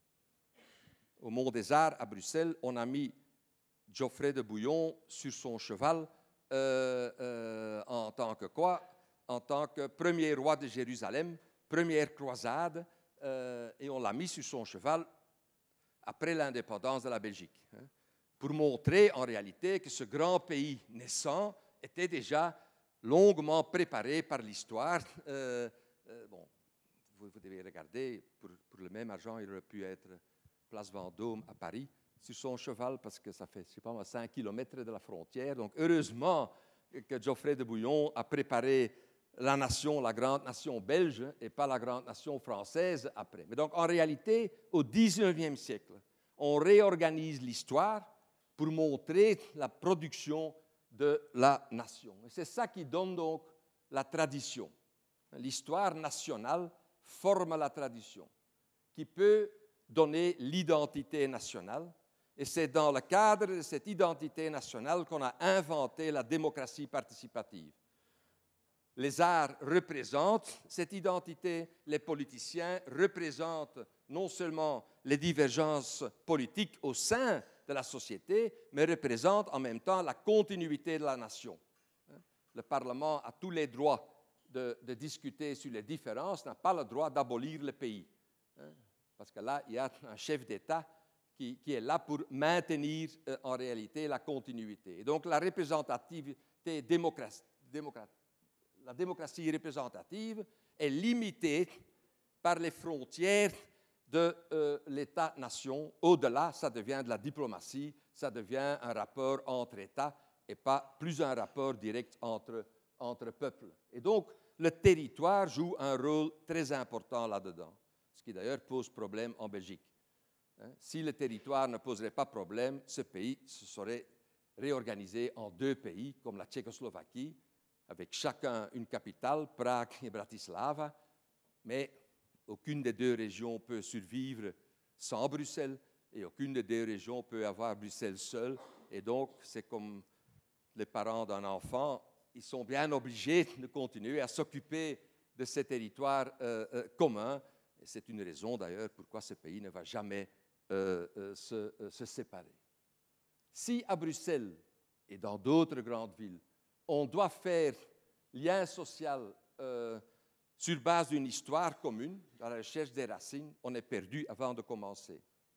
Au Mont des Arts, à Bruxelles, on a mis Geoffrey de Bouillon sur son cheval euh, euh, en tant que quoi? En tant que premier roi de Jérusalem, première croisade, euh, et on l'a mis sur son cheval après l'indépendance de la Belgique, hein, pour montrer en réalité que ce grand pays naissant était déjà longuement préparé par l'histoire. Euh, euh, bon, vous, vous devez regarder, pour, pour le même argent, il aurait pu être place Vendôme à Paris, sur son cheval, parce que ça fait, je sais pas moi, cinq kilomètres de la frontière. Donc, heureusement que Geoffrey de Bouillon a préparé la nation, la grande nation belge, et pas la grande nation française après. Mais donc, en réalité, au dix-neuvième siècle, on réorganise l'histoire pour montrer la production de la nation. Et c'est ça qui donne donc la tradition. L'histoire nationale forme la tradition, qui peut donner l'identité nationale. Et c'est dans le cadre de cette identité nationale qu'on a inventé la démocratie participative. Les arts représentent cette identité, les politiciens représentent non seulement les divergences politiques au sein de la société, mais représentent en même temps la continuité de la nation. Le Parlement a tous les droits de, de discuter sur les différences, n'a pas le droit d'abolir le pays. Parce que là, il y a un chef d'État qui, qui est là pour maintenir euh, en réalité la continuité. Et donc la représentativité démocratique, démocratique la démocratie représentative est limitée par les frontières de euh, l'État-nation. Au-delà, ça devient de la diplomatie, ça devient un rapport entre États et pas plus un rapport direct entre, entre peuples. Et donc, le territoire joue un rôle très important là-dedans, ce qui d'ailleurs pose problème en Belgique. Hein? Si le territoire ne poserait pas problème, ce pays se serait réorganisé en deux pays, comme la Tchécoslovaquie, avec chacun une capitale, Prague et Bratislava, mais aucune des deux régions peut survivre sans Bruxelles et aucune des deux régions peut avoir Bruxelles seule. Et donc, c'est comme les parents d'un enfant, ils sont bien obligés de continuer à s'occuper de ces territoires euh, euh, communs. Et c'est une raison d'ailleurs pourquoi ce pays ne va jamais euh, euh, se, euh, se séparer. Si à Bruxelles et dans d'autres grandes villes, on doit faire lien social euh, sur base d'une histoire commune, dans la recherche des racines, on est perdu avant de commencer.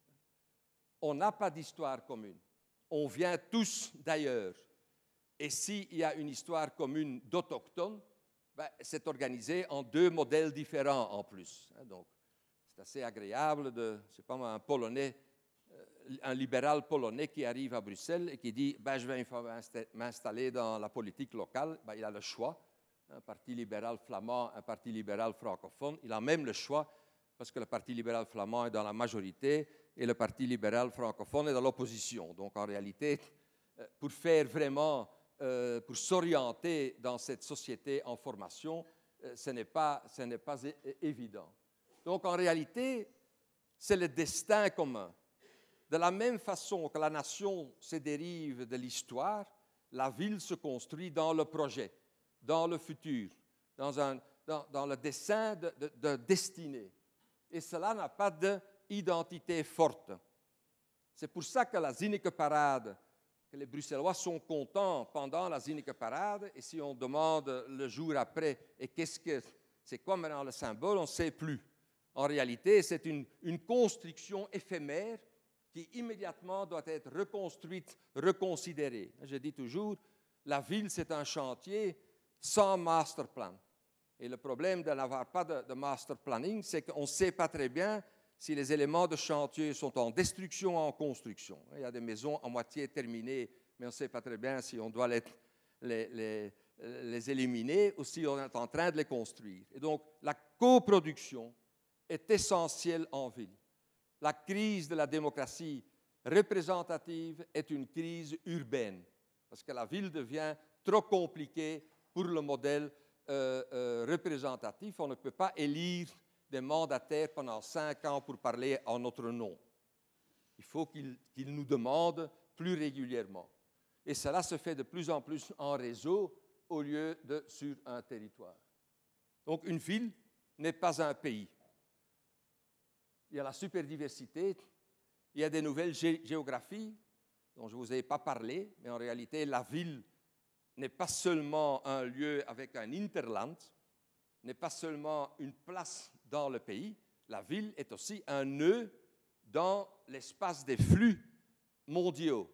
On n'a pas d'histoire commune. On vient tous d'ailleurs. Et s'il y a une histoire commune d'autochtones, ben, c'est organisé en deux modèles différents en plus. Donc, c'est assez agréable de, je sais pas moi, un Polonais, un libéral polonais qui arrive à Bruxelles et qui dit ben, « je vais m'installer dans la politique locale », ben, il a le choix. un parti libéral flamand, un parti libéral francophone. Il a même le choix, parce que le parti libéral flamand est dans la majorité et le parti libéral francophone est dans l'opposition. Donc en réalité, pour faire vraiment, euh, pour s'orienter dans cette société en formation, euh, ce n'est pas, ce n'est pas é- évident. Donc en réalité, c'est le destin commun. De la même façon que la nation se dérive de l'histoire, la ville se construit dans le projet, dans le futur, dans, un, dans, dans le dessin de, de, de destinée. Et cela n'a pas d'identité forte. C'est pour ça que la Zinneke-parade, que les Bruxellois sont contents pendant la Zinneke-parade, et si on demande le jour après, et qu'est-ce que c'est quoi maintenant le symbole, on ne sait plus. En réalité, c'est une, une construction éphémère qui immédiatement doit être reconstruite, reconsidérée. Je dis toujours, la ville, c'est un chantier sans master plan. Et le problème de n'avoir pas de, de master planning, c'est qu'on ne sait pas très bien si les éléments de chantier sont en destruction ou en construction. Il y a des maisons à moitié terminées, mais on ne sait pas très bien si on doit les, les, les, les éliminer ou si on est en train de les construire. Et donc, la coproduction est essentielle en ville. La crise de la démocratie représentative est une crise urbaine, parce que la ville devient trop compliquée pour le modèle euh, euh, représentatif. On ne peut pas élire des mandataires pendant cinq ans pour parler en notre nom. Il faut qu'ils qu'ils nous demandent plus régulièrement. Et cela se fait de plus en plus en réseau au lieu de sur un territoire. Donc une ville n'est pas un pays. Il y a la superdiversité, il y a des nouvelles gé- géographies dont je ne vous ai pas parlé, mais en réalité, la ville n'est pas seulement un lieu avec un interland, n'est pas seulement une place dans le pays, la ville est aussi un nœud dans l'espace des flux mondiaux.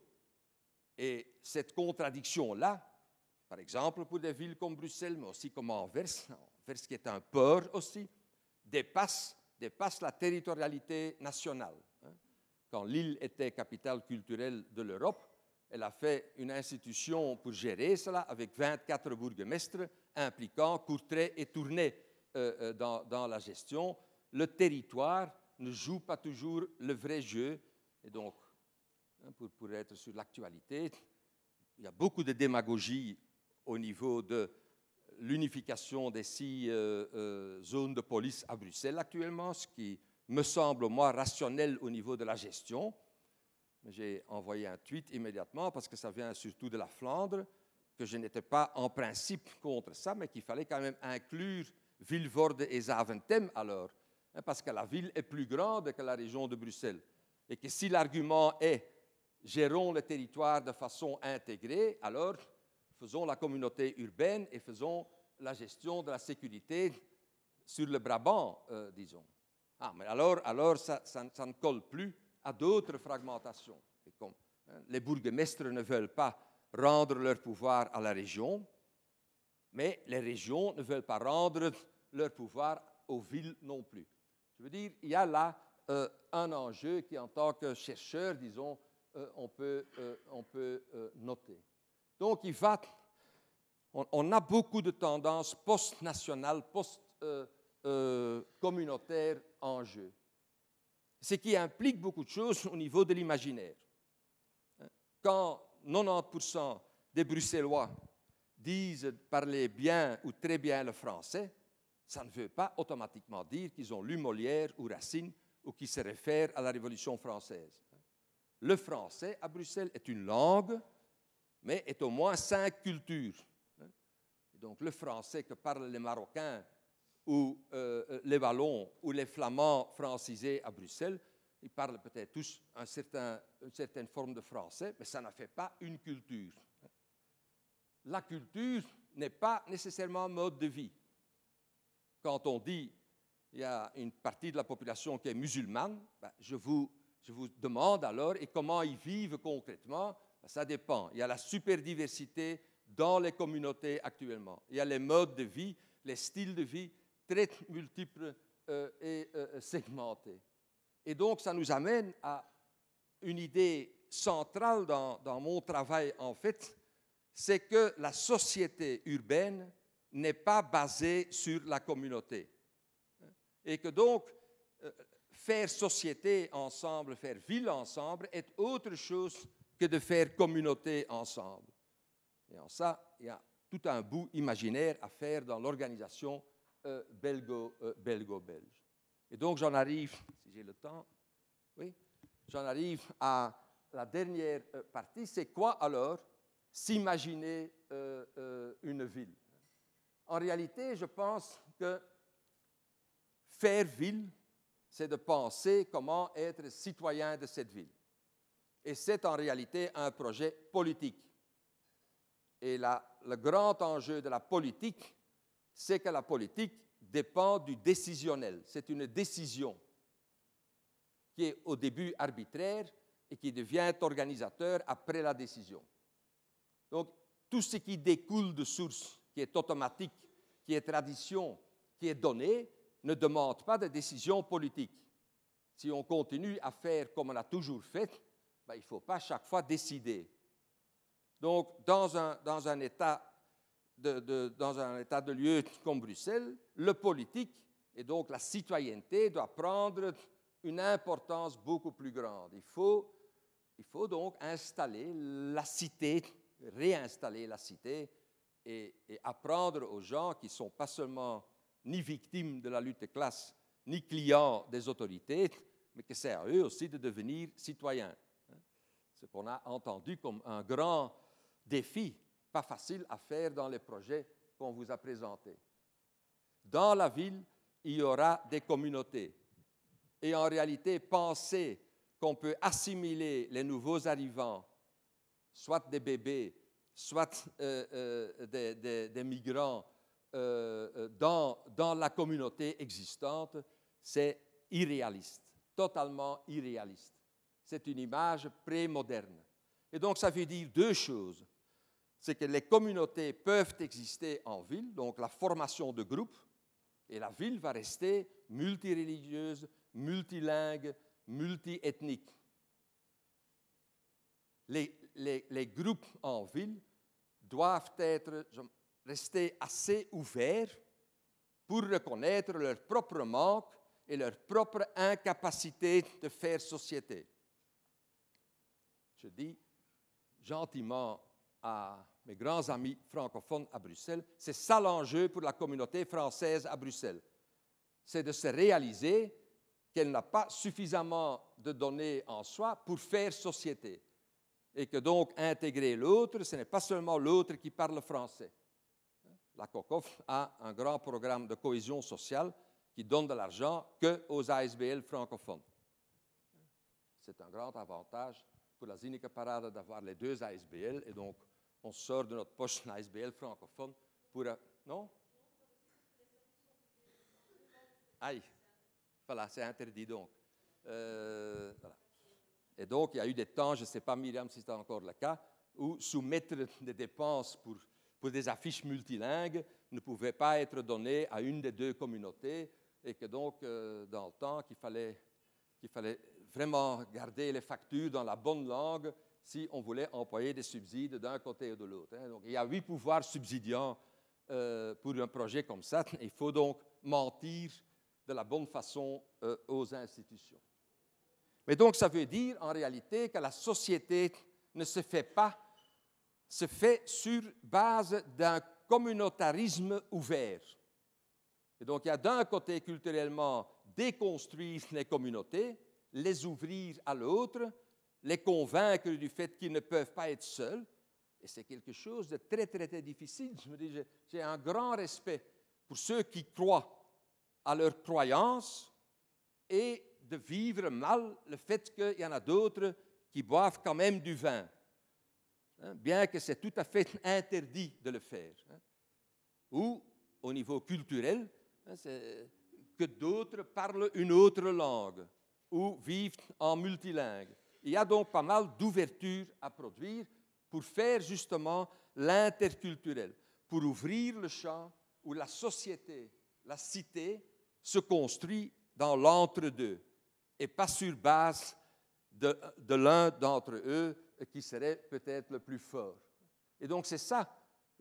Et cette contradiction-là, par exemple pour des villes comme Bruxelles, mais aussi comme Anvers, Anvers qui est un port aussi, dépasse dépasse la territorialité nationale. Quand Lille était capitale culturelle de l'Europe, elle a fait une institution pour gérer cela avec vingt-quatre bourgmestres impliquant Courtrai et Tournai euh, dans, dans la gestion. Le territoire ne joue pas toujours le vrai jeu. Et donc, pour, pour être sur l'actualité, il y a beaucoup de démagogie au niveau de l'unification des six euh, euh, zones de police à Bruxelles actuellement, ce qui me semble, moi, rationnel au niveau de la gestion. J'ai envoyé un tweet immédiatement, parce que ça vient surtout de la Flandre, que je n'étais pas en principe contre ça, mais qu'il fallait quand même inclure Vilvoorde et Zaventem alors, hein, parce que la ville est plus grande que la région de Bruxelles. Et que si l'argument est « gérons le territoire de façon intégrée », alors faisons la communauté urbaine et faisons la gestion de la sécurité sur le Brabant, euh, disons. Ah, mais alors, alors ça, ça, ça ne colle plus à d'autres fragmentations. Et comme, hein, les bourgmestres ne veulent pas rendre leur pouvoir à la région, mais les régions ne veulent pas rendre leur pouvoir aux villes non plus. Je veux dire, il y a là euh, un enjeu qui, en tant que chercheur, disons, euh, on peut, euh, on peut euh, noter. Donc, il va, on, on a beaucoup de tendances post-nationales, post-communautaires euh, euh, en jeu, ce qui implique beaucoup de choses au niveau de l'imaginaire. Quand quatre-vingt-dix pour cent des Bruxellois disent parler bien ou très bien le français, ça ne veut pas automatiquement dire qu'ils ont lu Molière ou Racine ou qu'ils se réfèrent à la Révolution française. Le français à Bruxelles est une langue, mais est au moins cinq cultures. Et donc le français que parlent les Marocains ou euh, les Wallons ou les Flamands francisés à Bruxelles, ils parlent peut-être tous un certain, une certaine forme de français, mais ça ne fait pas une culture. La culture n'est pas nécessairement un mode de vie. Quand on dit qu'il y a une partie de la population qui est musulmane, ben, je vous Je vous demande alors, et comment ils vivent concrètement? Ça dépend. Il y a la superdiversité dans les communautés actuellement. Il y a les modes de vie, les styles de vie très multiples euh, et euh, segmentés. Et donc, ça nous amène à une idée centrale dans, dans mon travail, en fait, c'est que la société urbaine n'est pas basé sur la communauté. Et que donc, euh, faire société ensemble, faire ville ensemble, est autre chose que de faire communauté ensemble. Et en ça, il y a tout un bout imaginaire à faire dans l'organisation euh, belgo, euh, belgo-belge. Et donc, j'en arrive, si j'ai le temps, oui, j'en arrive à la dernière euh, partie. C'est quoi alors s'imaginer euh, euh, une ville? En réalité, je pense que faire ville, c'est de penser comment être citoyen de cette ville. Et c'est en réalité un projet politique. Et la, le grand enjeu de la politique, c'est que la politique dépend du décisionnel. C'est une décision qui est au début arbitraire et qui devient organisateur après la décision. Donc, tout ce qui découle de source, qui est automatique, qui est tradition, qui est donné, ne demande pas de décision politique. Si on continue à faire comme on a toujours fait, ben, il ne faut pas chaque fois décider. Donc, dans un, dans un, état de, de, dans un état de lieu comme Bruxelles, le politique et donc la citoyenneté doit prendre une importance beaucoup plus grande. Il faut, il faut donc installer la cité, réinstaller la cité et, et apprendre aux gens qui ne sont pas seulement ni victimes de la lutte de classe, ni clients des autorités, mais que c'est à eux aussi de devenir citoyens. Ce qu'on a entendu comme un grand défi, pas facile à faire dans les projets qu'on vous a présentés. Dans la ville, il y aura des communautés. Et en réalité, penser qu'on peut assimiler les nouveaux arrivants, soit des bébés, soit euh, euh, des, des, des migrants, euh, dans, dans la communauté existante, c'est irréaliste, totalement irréaliste. C'est une image pré-moderne. Et donc, ça veut dire deux choses. C'est que les communautés peuvent exister en ville, donc la formation de groupes, et la ville va rester multireligieuse, multilingue, multiethnique. Les, les, les groupes en ville doivent être, rester assez ouverts pour reconnaître leur propre manque et leur propre incapacité de faire société. Je dis gentiment à mes grands amis francophones à Bruxelles, c'est ça l'enjeu pour la communauté française à Bruxelles. C'est de se réaliser qu'elle n'a pas suffisamment de données en soi pour faire société. Et que donc intégrer l'autre, ce n'est pas seulement l'autre qui parle français. La COCOF a un grand programme de cohésion sociale qui donne de l'argent qu'aux A S B L francophones. C'est un grand avantage pour la Zinneke Parade d'avoir les deux A S B L, et donc on sort de notre poche un A S B L francophone pour... Non? Aïe, voilà, c'est interdit donc. Euh, voilà. Et donc, il y a eu des temps, je ne sais pas, Myriam, si c'est encore le cas, où soumettre des dépenses pour, pour des affiches multilingues ne pouvait pas être donné à une des deux communautés, et que donc, euh, dans le temps, qu'il fallait, qu'il fallait vraiment garder les factures dans la bonne langue si on voulait employer des subsides d'un côté ou de l'autre. Hein. Donc, il y a huit pouvoirs subsidiants euh, pour un projet comme ça. Il faut donc mentir de la bonne façon euh, aux institutions. Mais donc, ça veut dire en réalité que la société ne se fait pas, se fait sur base d'un communautarisme ouvert. Et donc, il y a d'un côté culturellement déconstruire les communautés, les ouvrir à l'autre, les convaincre du fait qu'ils ne peuvent pas être seuls. Et c'est quelque chose de très, très, très difficile. Je me dis, j'ai un grand respect pour ceux qui croient à leur croyance et de vivre mal le fait qu'il y en a d'autres qui boivent quand même du vin, hein, bien que c'est tout à fait interdit de le faire. Hein. Ou, au niveau culturel, hein, c'est que d'autres parlent une autre langue ou vivent en multilingue. Il y a donc pas mal d'ouverture à produire pour faire justement l'interculturel, pour ouvrir le champ où la société, la cité, se construit dans l'entre-deux et pas sur base de, de l'un d'entre eux qui serait peut-être le plus fort. Et donc c'est ça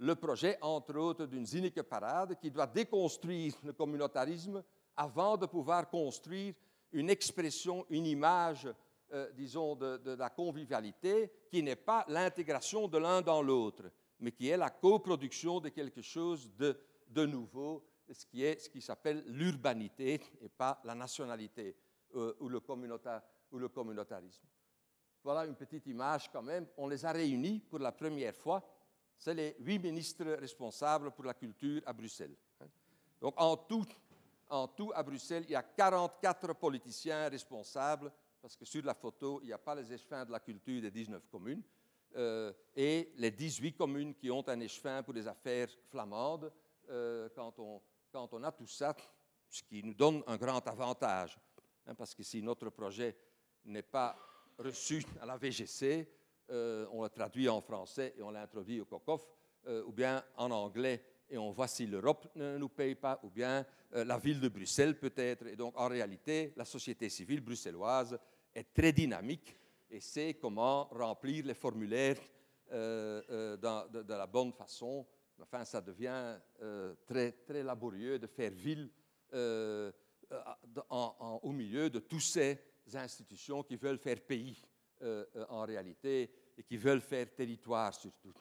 le projet, entre autres, d'une Zinneke Parade qui doit déconstruire le communautarisme avant de pouvoir construire une expression, une image, euh, disons, de, de la convivialité qui n'est pas l'intégration de l'un dans l'autre, mais qui est la coproduction de quelque chose de, de nouveau, ce qui est ce qui s'appelle l'urbanité et pas la nationalité euh, ou, le communauta, ou le communautarisme. Voilà une petite image quand même. On les a réunis pour la première fois. C'est les huit ministres responsables pour la culture à Bruxelles. Donc en tout, en tout à Bruxelles, il y a quarante-quatre politiciens responsables, parce que sur la photo, il n'y a pas les échevins de la culture des dix-neuf communes, euh, et les dix-huit communes qui ont un échevin pour les affaires flamandes. Euh, quand, on, quand on a tout ça, ce qui nous donne un grand avantage, hein, parce que si notre projet n'est pas reçu à la V G C, euh, on le traduit en français et on l'introduit au COCOF, euh, ou bien en anglais et on voit si l'Europe ne nous paye pas, ou bien euh, la ville de Bruxelles peut-être. Et donc en réalité, la société civile bruxelloise est très dynamique et sait comment remplir les formulaires euh, euh, dans, de, de la bonne façon. Enfin, ça devient euh, très, très laborieux de faire ville euh, en, en, au milieu de tous ces institutions qui veulent faire pays euh, euh, en réalité et qui veulent faire territoire surtout.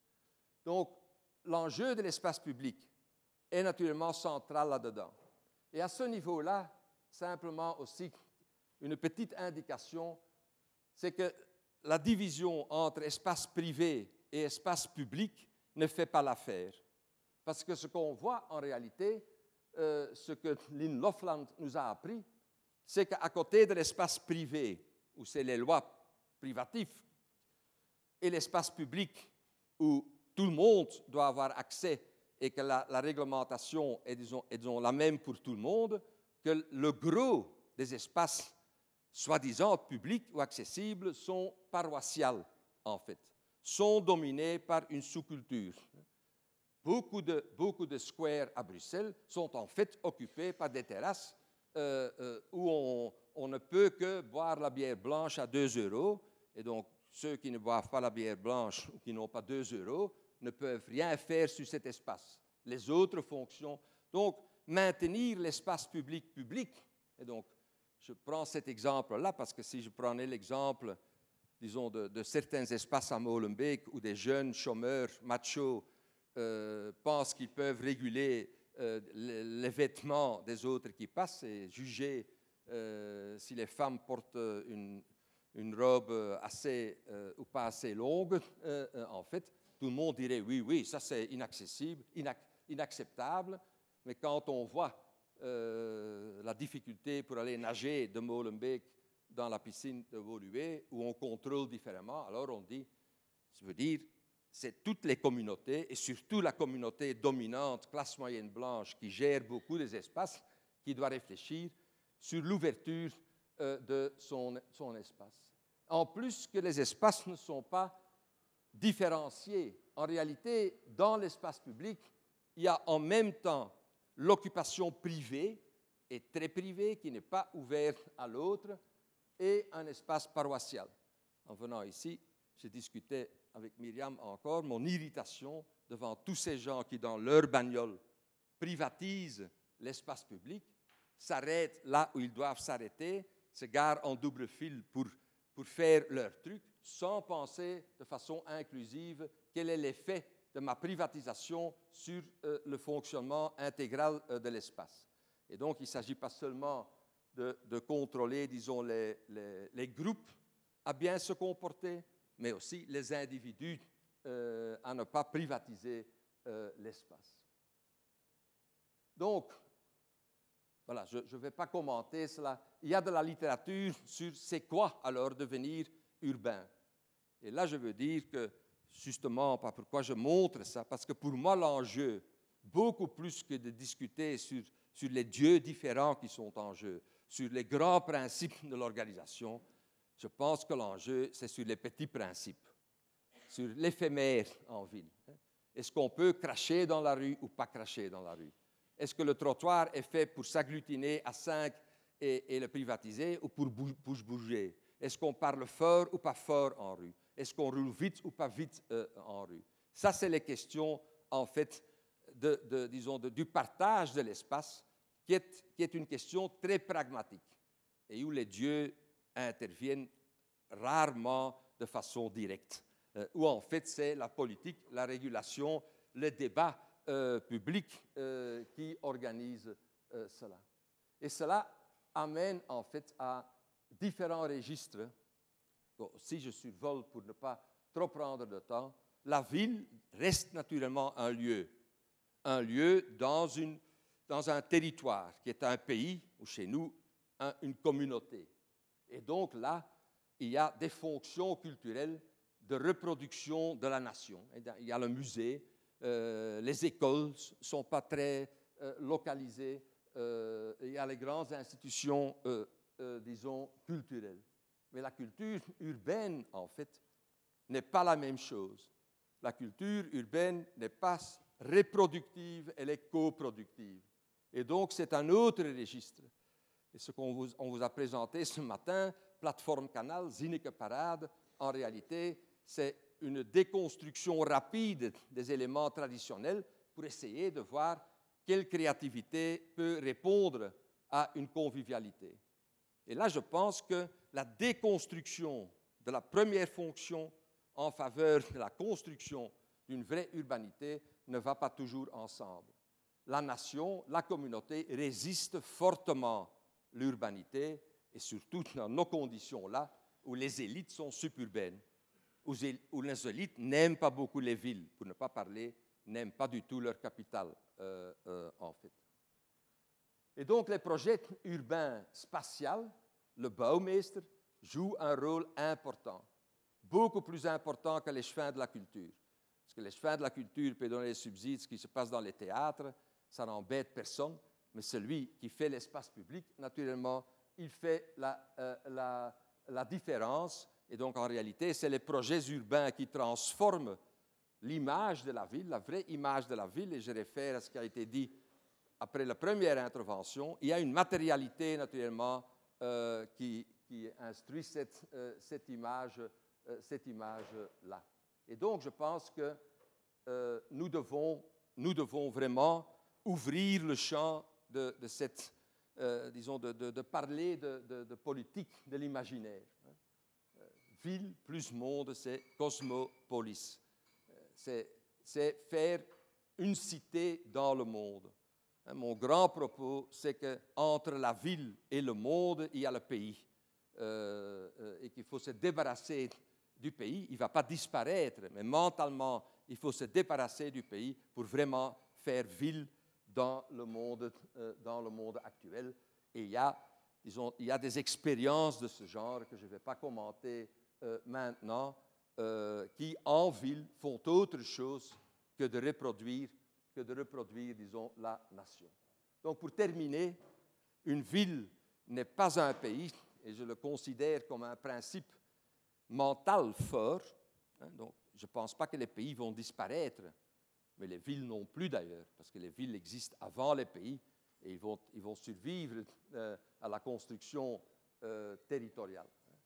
Donc, l'enjeu de l'espace public est naturellement central là-dedans. Et à ce niveau-là, simplement aussi une petite indication, c'est que la division entre espace privé et espace public ne fait pas l'affaire. Parce que ce qu'on voit en réalité, euh, ce que Lynn Lofland nous a appris, c'est qu'à côté de l'espace privé, où c'est les lois privatives, et l'espace public, où tout le monde doit avoir accès et que la, la réglementation est, disons, est disons, la même pour tout le monde, que le gros des espaces soi-disant publics ou accessibles sont paroissiales, en fait, sont dominés par une sous-culture. Beaucoup de, beaucoup de squares à Bruxelles sont en fait occupés par des terrasses euh, euh, où on, on ne peut que boire la bière blanche à deux euros. Et donc, ceux qui ne boivent pas la bière blanche ou qui n'ont pas deux euros ne peuvent rien faire sur cet espace. Les autres fonctions. Donc, maintenir l'espace public public, et donc, je prends cet exemple-là parce que si je prenais l'exemple, disons, de, de certains espaces à Molenbeek où des jeunes chômeurs machos euh, pensent qu'ils peuvent réguler euh, les, les vêtements des autres qui passent et juger euh, si les femmes portent une, une robe assez euh, ou pas assez longue, euh, euh, en fait, tout le monde dirait oui, oui, ça c'est inaccessible, inac- inacceptable, mais quand on voit Euh, la difficulté pour aller nager de Molenbeek dans la piscine de Woluwe, où on contrôle différemment, alors on dit, ça veut dire, c'est toutes les communautés, et surtout la communauté dominante, classe moyenne blanche, qui gère beaucoup des espaces, qui doit réfléchir sur l'ouverture euh, de son, son espace. En plus que les espaces ne sont pas différenciés. En réalité, dans l'espace public, il y a en même temps l'occupation privée, et très privée, qui n'est pas ouverte à l'autre, et un espace paroissial. En venant ici, je discutais avec Myriam encore mon irritation devant tous ces gens qui, dans leur bagnole, privatisent l'espace public, s'arrêtent là où ils doivent s'arrêter, se garent en double fil pour, pour faire leur truc, sans penser de façon inclusive quel est l'effet de ma privatisation sur euh, le fonctionnement intégral euh, de l'espace. Et donc, il ne s'agit pas seulement de, de contrôler, disons, les, les, les groupes à bien se comporter, mais aussi les individus euh, à ne pas privatiser euh, l'espace. Donc, voilà, je ne vais pas commenter cela. Il y a de la littérature sur c'est quoi alors devenir urbain. Et là, je veux dire que justement, pas pourquoi je montre ça, parce que pour moi, l'enjeu, beaucoup plus que de discuter sur, sur les dieux différents qui sont en jeu, sur les grands principes de l'organisation, je pense que l'enjeu, c'est sur les petits principes, sur l'éphémère en ville. Est-ce qu'on peut cracher dans la rue ou pas cracher dans la rue? Est-ce que le trottoir est fait pour s'agglutiner à cinq et, et le privatiser ou pour, bou- pour bouger? Est-ce qu'on parle fort ou pas fort en rue? Est-ce qu'on roule vite ou pas vite euh, en rue? Ça, c'est les questions en fait, de, de, disons, de, du partage de l'espace, qui est, qui est une question très pragmatique et où les dieux interviennent rarement de façon directe, euh, où en fait c'est la politique, la régulation, le débat euh, public euh, qui organise euh, cela. Et cela amène en fait à différents registres. Bon, si je survole pour ne pas trop prendre de temps, la ville reste naturellement un lieu, un lieu dans, une, dans un territoire qui est un pays, ou chez nous, un, une communauté. Et donc là, il y a des fonctions culturelles de reproduction de la nation. Il y a le musée, euh, les écoles ne sont pas très euh, localisées, euh, il y a les grandes institutions, euh, euh, disons, culturelles. Mais la culture urbaine, en fait, n'est pas la même chose. La culture urbaine n'est pas reproductive, elle est coproductive. Et donc, c'est un autre registre. Et ce qu'on vous, on vous a présenté ce matin, plateforme Canal, Zinneke Parade, en réalité, c'est une déconstruction rapide des éléments traditionnels pour essayer de voir quelle créativité peut répondre à une convivialité. Et là, je pense que la déconstruction de la première fonction en faveur de la construction d'une vraie urbanité ne va pas toujours ensemble. La nation, la communauté résiste fortement l'urbanité, et surtout dans nos conditions-là, où les élites sont suburbaines, où, où les élites n'aiment pas beaucoup les villes, pour ne pas parler, n'aiment pas du tout leur capitale, euh, euh, en fait. Et donc, les projets urbains spatiaux, le bouwmeester, jouent un rôle important, beaucoup plus important que les chemins de la culture. Parce que les chemins de la culture peuvent donner des subsides, ce qui se passe dans les théâtres, ça n'embête personne, mais celui qui fait l'espace public, naturellement, il fait la, euh, la, la différence. Et donc, en réalité, c'est les projets urbains qui transforment l'image de la ville, la vraie image de la ville, et je réfère à ce qui a été dit après la première intervention. Il y a une matérialité, naturellement, euh, qui, qui instruit cette, euh, cette image, euh, cette image-là. Et donc, je pense que euh, nous, devons, nous devons vraiment ouvrir le champ de, de cette, euh, disons, de, de, de parler de, de, de politique de l'imaginaire. Hein. Euh, ville plus monde, c'est cosmopolis. Euh, c'est, c'est faire une cité dans le monde. Hein, mon grand propos, c'est qu'entre la ville et le monde, il y a le pays. Euh, euh, et qu'il faut se débarrasser du pays. Il ne va pas disparaître, mais mentalement, il faut se débarrasser du pays pour vraiment faire ville dans le monde, euh, dans le monde actuel. Et il y a, disons, il y a des expériences de ce genre que je ne vais pas commenter euh, maintenant, euh, qui en ville font autre chose que de reproduire, que de reproduire, disons, la nation. Donc, pour terminer, une ville n'est pas un pays, et je le considère comme un principe mental fort. Hein, donc, je ne pense pas que les pays vont disparaître, mais les villes non plus d'ailleurs, parce que les villes existent avant les pays et ils vont, ils vont survivre euh, à la construction euh, territoriale.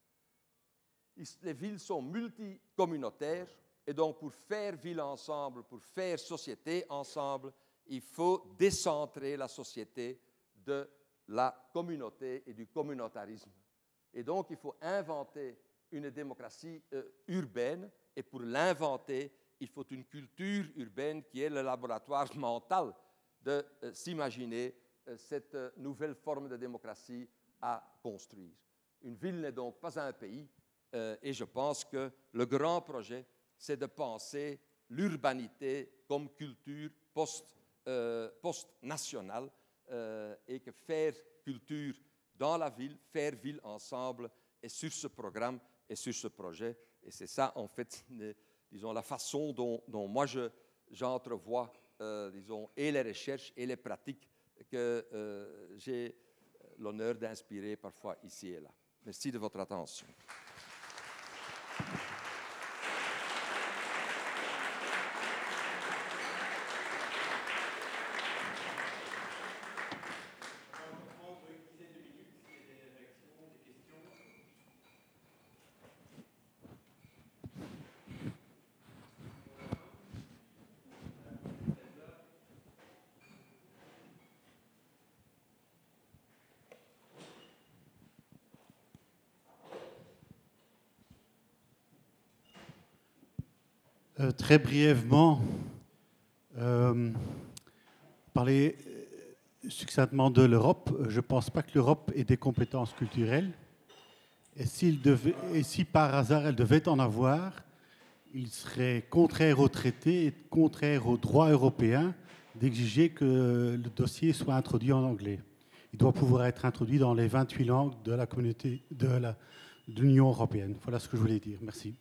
Les villes sont multicommunautaires et donc pour faire ville ensemble, pour faire société ensemble, il faut décentrer la société de la communauté et du communautarisme. Et donc il faut inventer une démocratie euh, urbaine et pour l'inventer, il faut une culture urbaine qui est le laboratoire mental de euh, s'imaginer euh, cette euh, nouvelle forme de démocratie à construire. Une ville n'est donc pas un pays, euh, et je pense que le grand projet, c'est de penser l'urbanité comme culture post, euh, post-nationale, euh, et que faire culture dans la ville, faire ville ensemble, et sur ce programme et sur ce projet. Et c'est ça, en fait, les, disons, la façon dont, dont moi je, j'entrevois, euh, disons, et les recherches et les pratiques que euh, j'ai l'honneur d'inspirer parfois ici et là. Merci de votre attention. Euh, très brièvement, euh, parler succinctement de l'Europe. Je ne pense pas que l'Europe ait des compétences culturelles. Et, s'il devait, et si par hasard elle devait en avoir, il serait contraire au traité et contraire au droit européen d'exiger que le dossier soit introduit en anglais. Il doit pouvoir être introduit dans les vingt-huit langues de la communauté de, la, de l'Union européenne. Voilà ce que je voulais dire. Merci.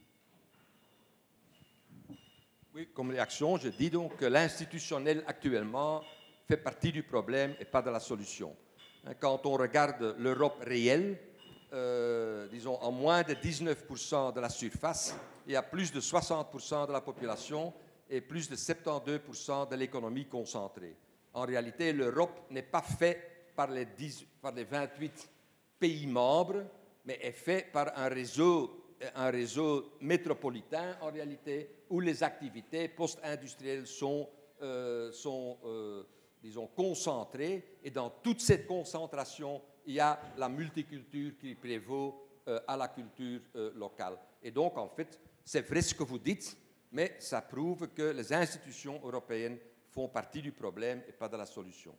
Oui, comme réaction, je dis donc que l'institutionnel actuellement fait partie du problème et pas de la solution. Quand on regarde l'Europe réelle, euh, disons en moins de dix-neuf pour cent de la surface, il y a plus de soixante pour cent de la population et plus de soixante-douze pour cent de l'économie concentrée. En réalité, l'Europe n'est pas faite par les, dix, par les vingt-huit pays membres, mais est faite par un réseau un réseau métropolitain, en réalité, où les activités post-industrielles sont, euh, sont euh, disons, concentrées. Et dans toute cette concentration, il y a la multiculture qui prévaut euh, à la culture euh, locale. Et donc, en fait, c'est vrai ce que vous dites, mais ça prouve que les institutions européennes font partie du problème et pas de la solution.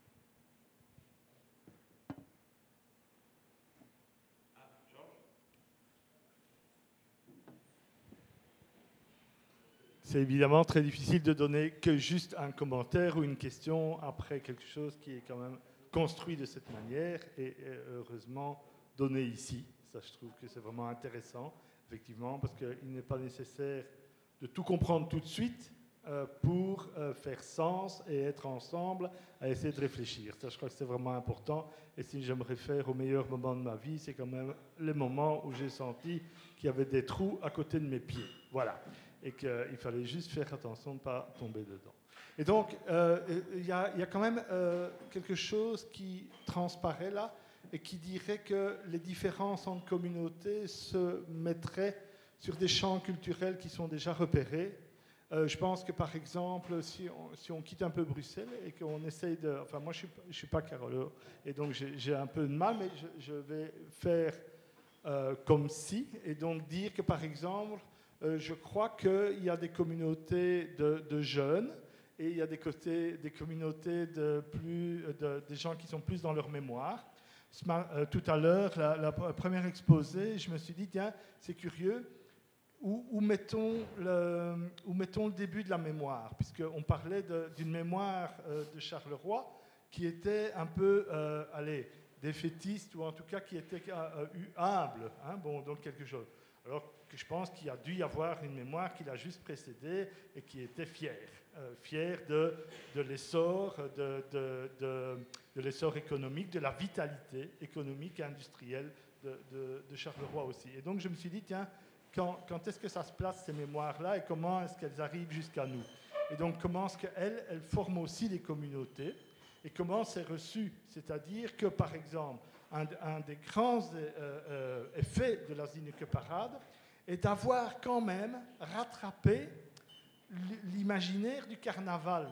C'est évidemment très difficile de donner que juste un commentaire ou une question après quelque chose qui est quand même construit de cette manière et heureusement donné ici. Ça, je trouve que c'est vraiment intéressant, effectivement, parce qu'il n'est pas nécessaire de tout comprendre tout de suite euh, pour euh, faire sens et être ensemble à essayer de réfléchir. Ça, je crois que c'est vraiment important. Et si je me réfère au meilleur moment de ma vie, c'est quand même les moments où j'ai senti qu'il y avait des trous à côté de mes pieds. Voilà. Et qu'il fallait juste faire attention de ne pas tomber dedans. Et donc, euh, il y, y a quand même euh, quelque chose qui transparaît là et qui dirait que les différences entre communautés se mettraient sur des champs culturels qui sont déjà repérés. Euh, je pense que, par exemple, si on, si on quitte un peu Bruxelles et qu'on essaye de... Enfin, moi, je ne suis, suis pas caroleur, et donc j'ai un peu de mal, mais je, je vais faire euh, comme si, et donc dire que, par exemple... Euh, je crois qu'il y a des communautés de, de jeunes et il y a des, côtés, des communautés de plus, de, des gens qui sont plus dans leur mémoire. Euh, tout à l'heure, la, la première exposée, je me suis dit, tiens, c'est curieux, où, où, mettons le, où mettons le début de la mémoire, puisqu'on parlait d'une mémoire euh, de Charleroi qui était un peu, euh, allez, défaitiste, ou en tout cas qui était euh, humble, hein, bon, donc quelque chose. Alors que je pense qu'il a dû y avoir une mémoire qui l'a juste précédée et qui était fière, euh, fière de, de l'essor, de, de, de, de l'essor économique, de la vitalité économique et industrielle de, de, de Charleroi aussi. Et donc je me suis dit, tiens, quand, quand est-ce que ça se place ces mémoires-là et comment est-ce qu'elles arrivent jusqu'à nous? Et donc comment est-ce qu'elles elles forment aussi les communautés et comment c'est reçu? C'est-à-dire que, par exemple, un, un des grands euh, euh, effets de la Zinneke Parade est d'avoir quand même rattrapé l'imaginaire du carnaval.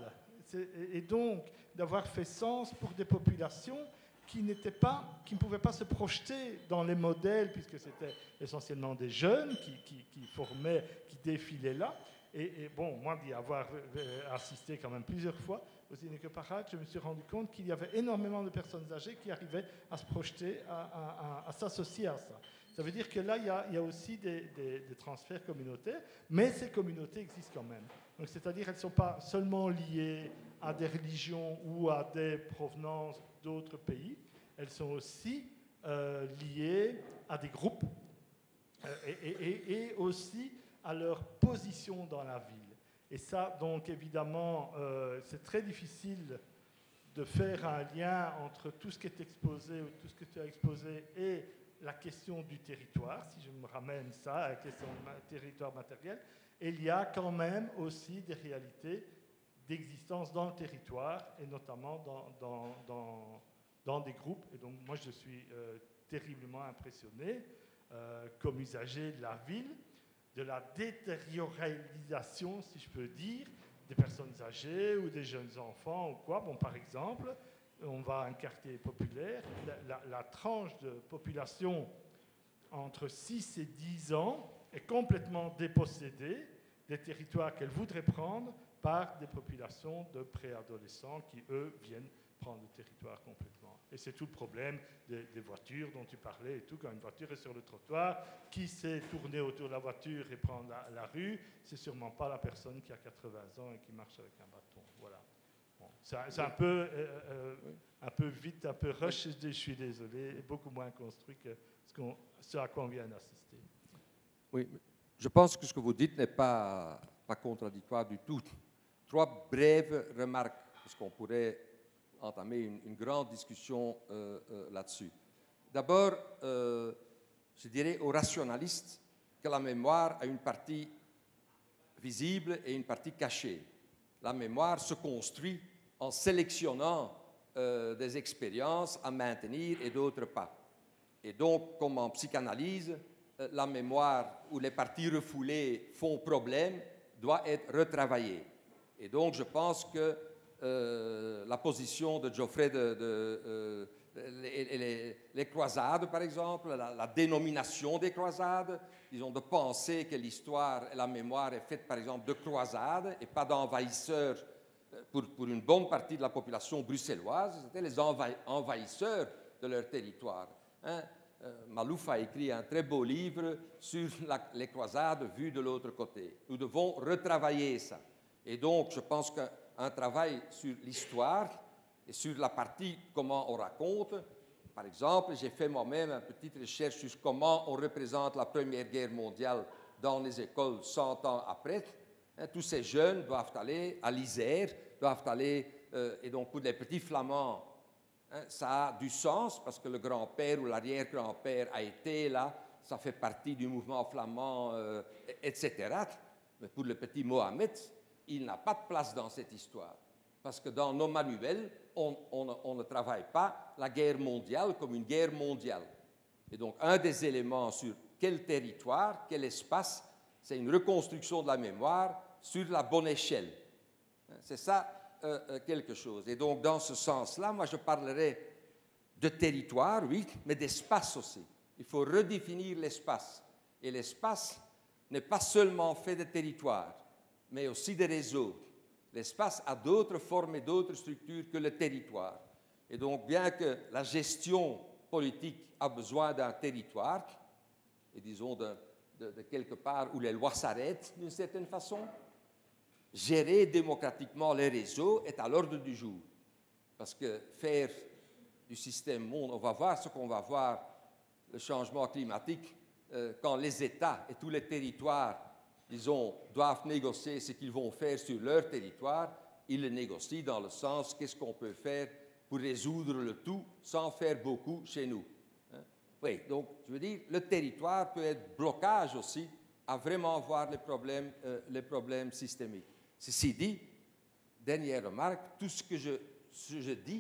Et donc d'avoir fait sens pour des populations qui n'étaient pas, qui ne pouvaient pas se projeter dans les modèles, puisque c'était essentiellement des jeunes qui, qui, qui formaient, qui défilaient là. Et, et bon, moi d'y avoir assisté quand même plusieurs fois aux Zinneke Parade, je me suis rendu compte qu'il y avait énormément de personnes âgées qui arrivaient à se projeter, à, à, à, à s'associer à ça. Ça veut dire que là, il y a, il y a aussi des, des, des transferts communautaires, mais ces communautés existent quand même. Donc, c'est-à-dire qu'elles ne sont pas seulement liées à des religions ou à des provenances d'autres pays, elles sont aussi euh, liées à des groupes euh, et, et, et aussi à leur position dans la ville. Et ça, donc, évidemment, euh, c'est très difficile de faire un lien entre tout ce qui est exposé ou tout ce que tu as exposé et la question du territoire, si je me ramène ça à la question du territoire matériel. Et il y a quand même aussi des réalités d'existence dans le territoire et notamment dans, dans, dans, dans des groupes. Et donc, moi, je suis euh, terriblement impressionné, euh, comme usager de la ville, de la détérioralisation, si je peux dire, des personnes âgées ou des jeunes enfants ou quoi. Bon, par exemple, on va à un quartier populaire, la, la, la tranche de population entre six et dix ans est complètement dépossédée des territoires qu'elle voudrait prendre par des populations de préadolescents qui, eux, viennent prendre le territoire complètement. Et c'est tout le problème des, des voitures dont tu parlais et tout. Quand une voiture est sur le trottoir, qui s'est tourné autour de la voiture et prendre la, la rue, c'est sûrement pas la personne qui a quatre-vingts ans et qui marche avec un bâton. Voilà. Bon, c'est un, un, peu, euh, euh, un peu vite, un peu rush, je suis désolé, et beaucoup moins construit que ce, qu'on, ce à quoi on vient d'assister. Oui, je pense que ce que vous dites n'est pas, pas contradictoire du tout. Trois brèves remarques, parce qu'on pourrait entamer une, une grande discussion euh, euh, là-dessus. D'abord, euh, je dirais aux rationalistes que la mémoire a une partie visible et une partie cachée. La mémoire se construit en sélectionnant euh, des expériences à maintenir et d'autres pas. Et donc, comme en psychanalyse, euh, la mémoire où les parties refoulées font problème doit être retravaillée. Et donc, je pense que euh, la position de Geoffrey de, de euh, les, les, les croisades, par exemple, la, la dénomination des croisades, disons, de penser que l'histoire et la mémoire est faite, par exemple, de croisades et pas d'envahisseurs pour, pour une bonne partie de la population bruxelloise, c'était les envahi- envahisseurs de leur territoire. Hein? Euh, Malouf a écrit un très beau livre sur la, les croisades vues de l'autre côté. Nous devons retravailler ça. Et donc, je pense qu'un travail sur l'histoire et sur la partie comment on raconte, par exemple, j'ai fait moi-même une petite recherche sur comment on représente la Première Guerre mondiale dans les écoles cent ans après. Hein, tous ces jeunes doivent aller à l'Isère, doivent aller, euh, et donc pour les petits flamands, hein, ça a du sens parce que le grand-père ou l'arrière-grand-père a été là, ça fait partie du mouvement flamand, euh, et cetera. Mais pour le petit Mohamed, il n'a pas de place dans cette histoire. Parce que dans nos manuels, on, on, on ne travaille pas la guerre mondiale comme une guerre mondiale. Et donc, un des éléments sur quel territoire, quel espace, c'est une reconstruction de la mémoire sur la bonne échelle. C'est ça, euh, euh, quelque chose. Et donc, dans ce sens-là, moi, je parlerai de territoire, oui, mais d'espace aussi. Il faut redéfinir l'espace. Et l'espace n'est pas seulement fait de territoire, mais aussi de réseaux. L'espace a d'autres formes et d'autres structures que le territoire. Et donc, bien que la gestion politique a besoin d'un territoire, et disons de, de, de quelque part où les lois s'arrêtent d'une certaine façon, gérer démocratiquement les réseaux est à l'ordre du jour. Parce que faire du système monde, on va voir ce qu'on va voir, le changement climatique, euh, quand les États et tous les territoires, disons, doivent négocier ce qu'ils vont faire sur leur territoire, ils le négocient dans le sens qu'est-ce qu'on peut faire pour résoudre le tout sans faire beaucoup chez nous. Hein? Oui, donc, je veux dire, le territoire peut être blocage aussi à vraiment voir les problèmes, euh, les problèmes systémiques. Ceci dit, dernière remarque, tout ce que je, ce que je dis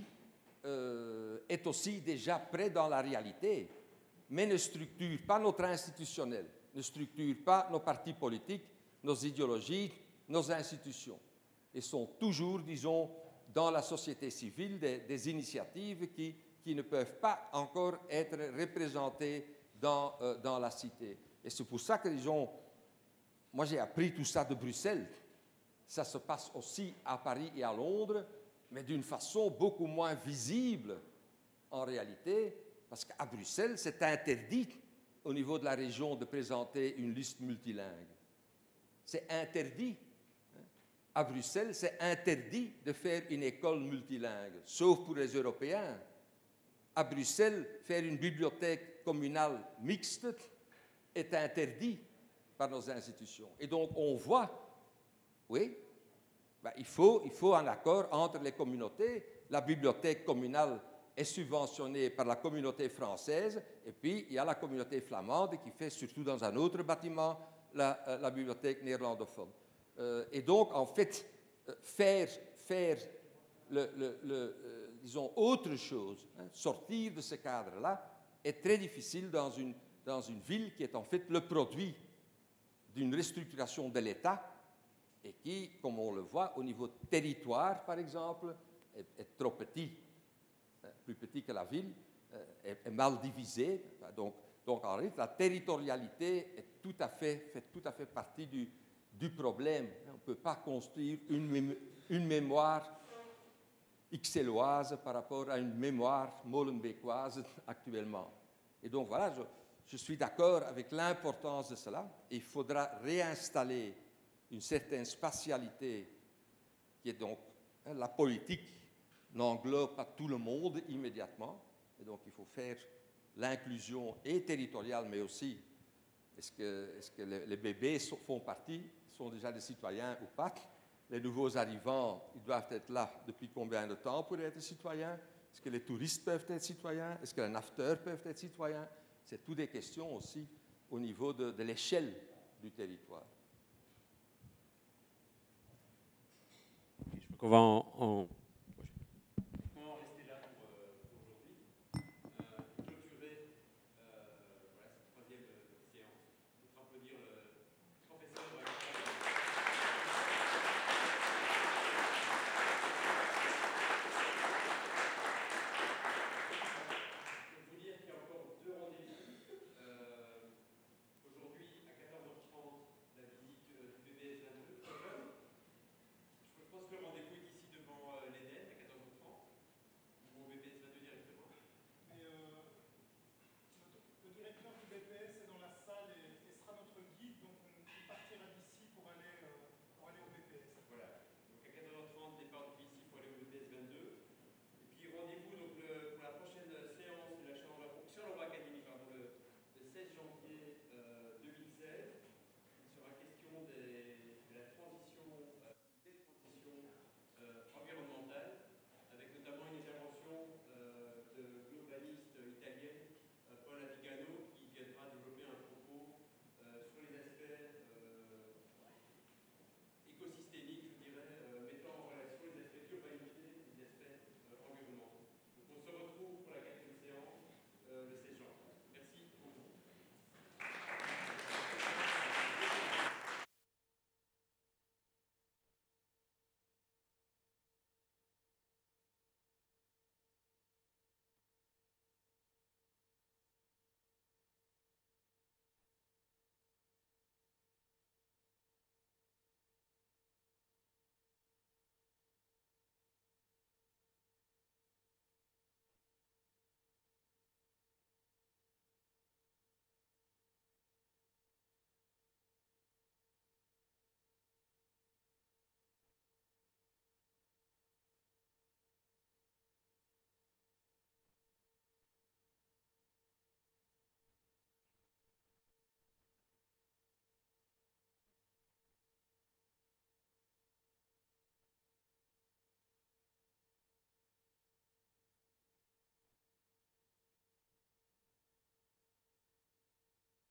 euh, est aussi déjà prêt dans la réalité, mais ne structure pas notre institutionnel, ne structure pas nos partis politiques, nos idéologies, nos institutions. Et sont toujours, disons, dans la société civile, des, des initiatives qui, qui ne peuvent pas encore être représentées dans, euh, dans la cité. Et c'est pour ça que, disons, moi j'ai appris tout ça de Bruxelles. Ça se passe aussi à Paris et à Londres, mais d'une façon beaucoup moins visible en réalité, parce qu'à Bruxelles, c'est interdit au niveau de la région de présenter une liste multilingue. C'est interdit. À Bruxelles, c'est interdit de faire une école multilingue, sauf pour les Européens. À Bruxelles, faire une bibliothèque communale mixte est interdit par nos institutions. Et donc, on voit, oui, ben, il faut, il faut un accord entre les communautés. La bibliothèque communale est subventionnée par la communauté française, et puis il y a la communauté flamande qui fait, surtout dans un autre bâtiment, la, la bibliothèque néerlandophone. Euh, et donc, en fait, euh, faire, faire le, le, le, euh, disons, autre chose, hein, sortir de ce cadre-là, est très difficile dans une, dans une ville qui est en fait le produit d'une restructuration de l'État et qui, comme on le voit, au niveau territoire, par exemple, est, est trop petit, hein, plus petit que la ville, euh, est, est mal divisé. Donc, donc, en réalité, la territorialité est tout à fait, fait tout à fait partie du du problème. On ne peut pas construire une, mé une mémoire ixelloise par rapport à une mémoire molenbeekoise actuellement. Et donc voilà, je, je suis d'accord avec l'importance de cela. Il faudra réinstaller une certaine spatialité qui est donc hein, la politique n'englobe pas tout le monde immédiatement. Et donc il faut faire l'inclusion et territoriale, mais aussi est-ce que, est-ce que les, les bébés sont, font partie, sont déjà des citoyens ou pas? Les nouveaux arrivants, ils doivent être là depuis combien de temps pour être citoyens? Est-ce que les touristes peuvent être citoyens? Est-ce que les nafteurs peuvent être citoyens? C'est toutes des questions aussi au niveau de, de l'échelle du territoire. Je crois qu'on va en, en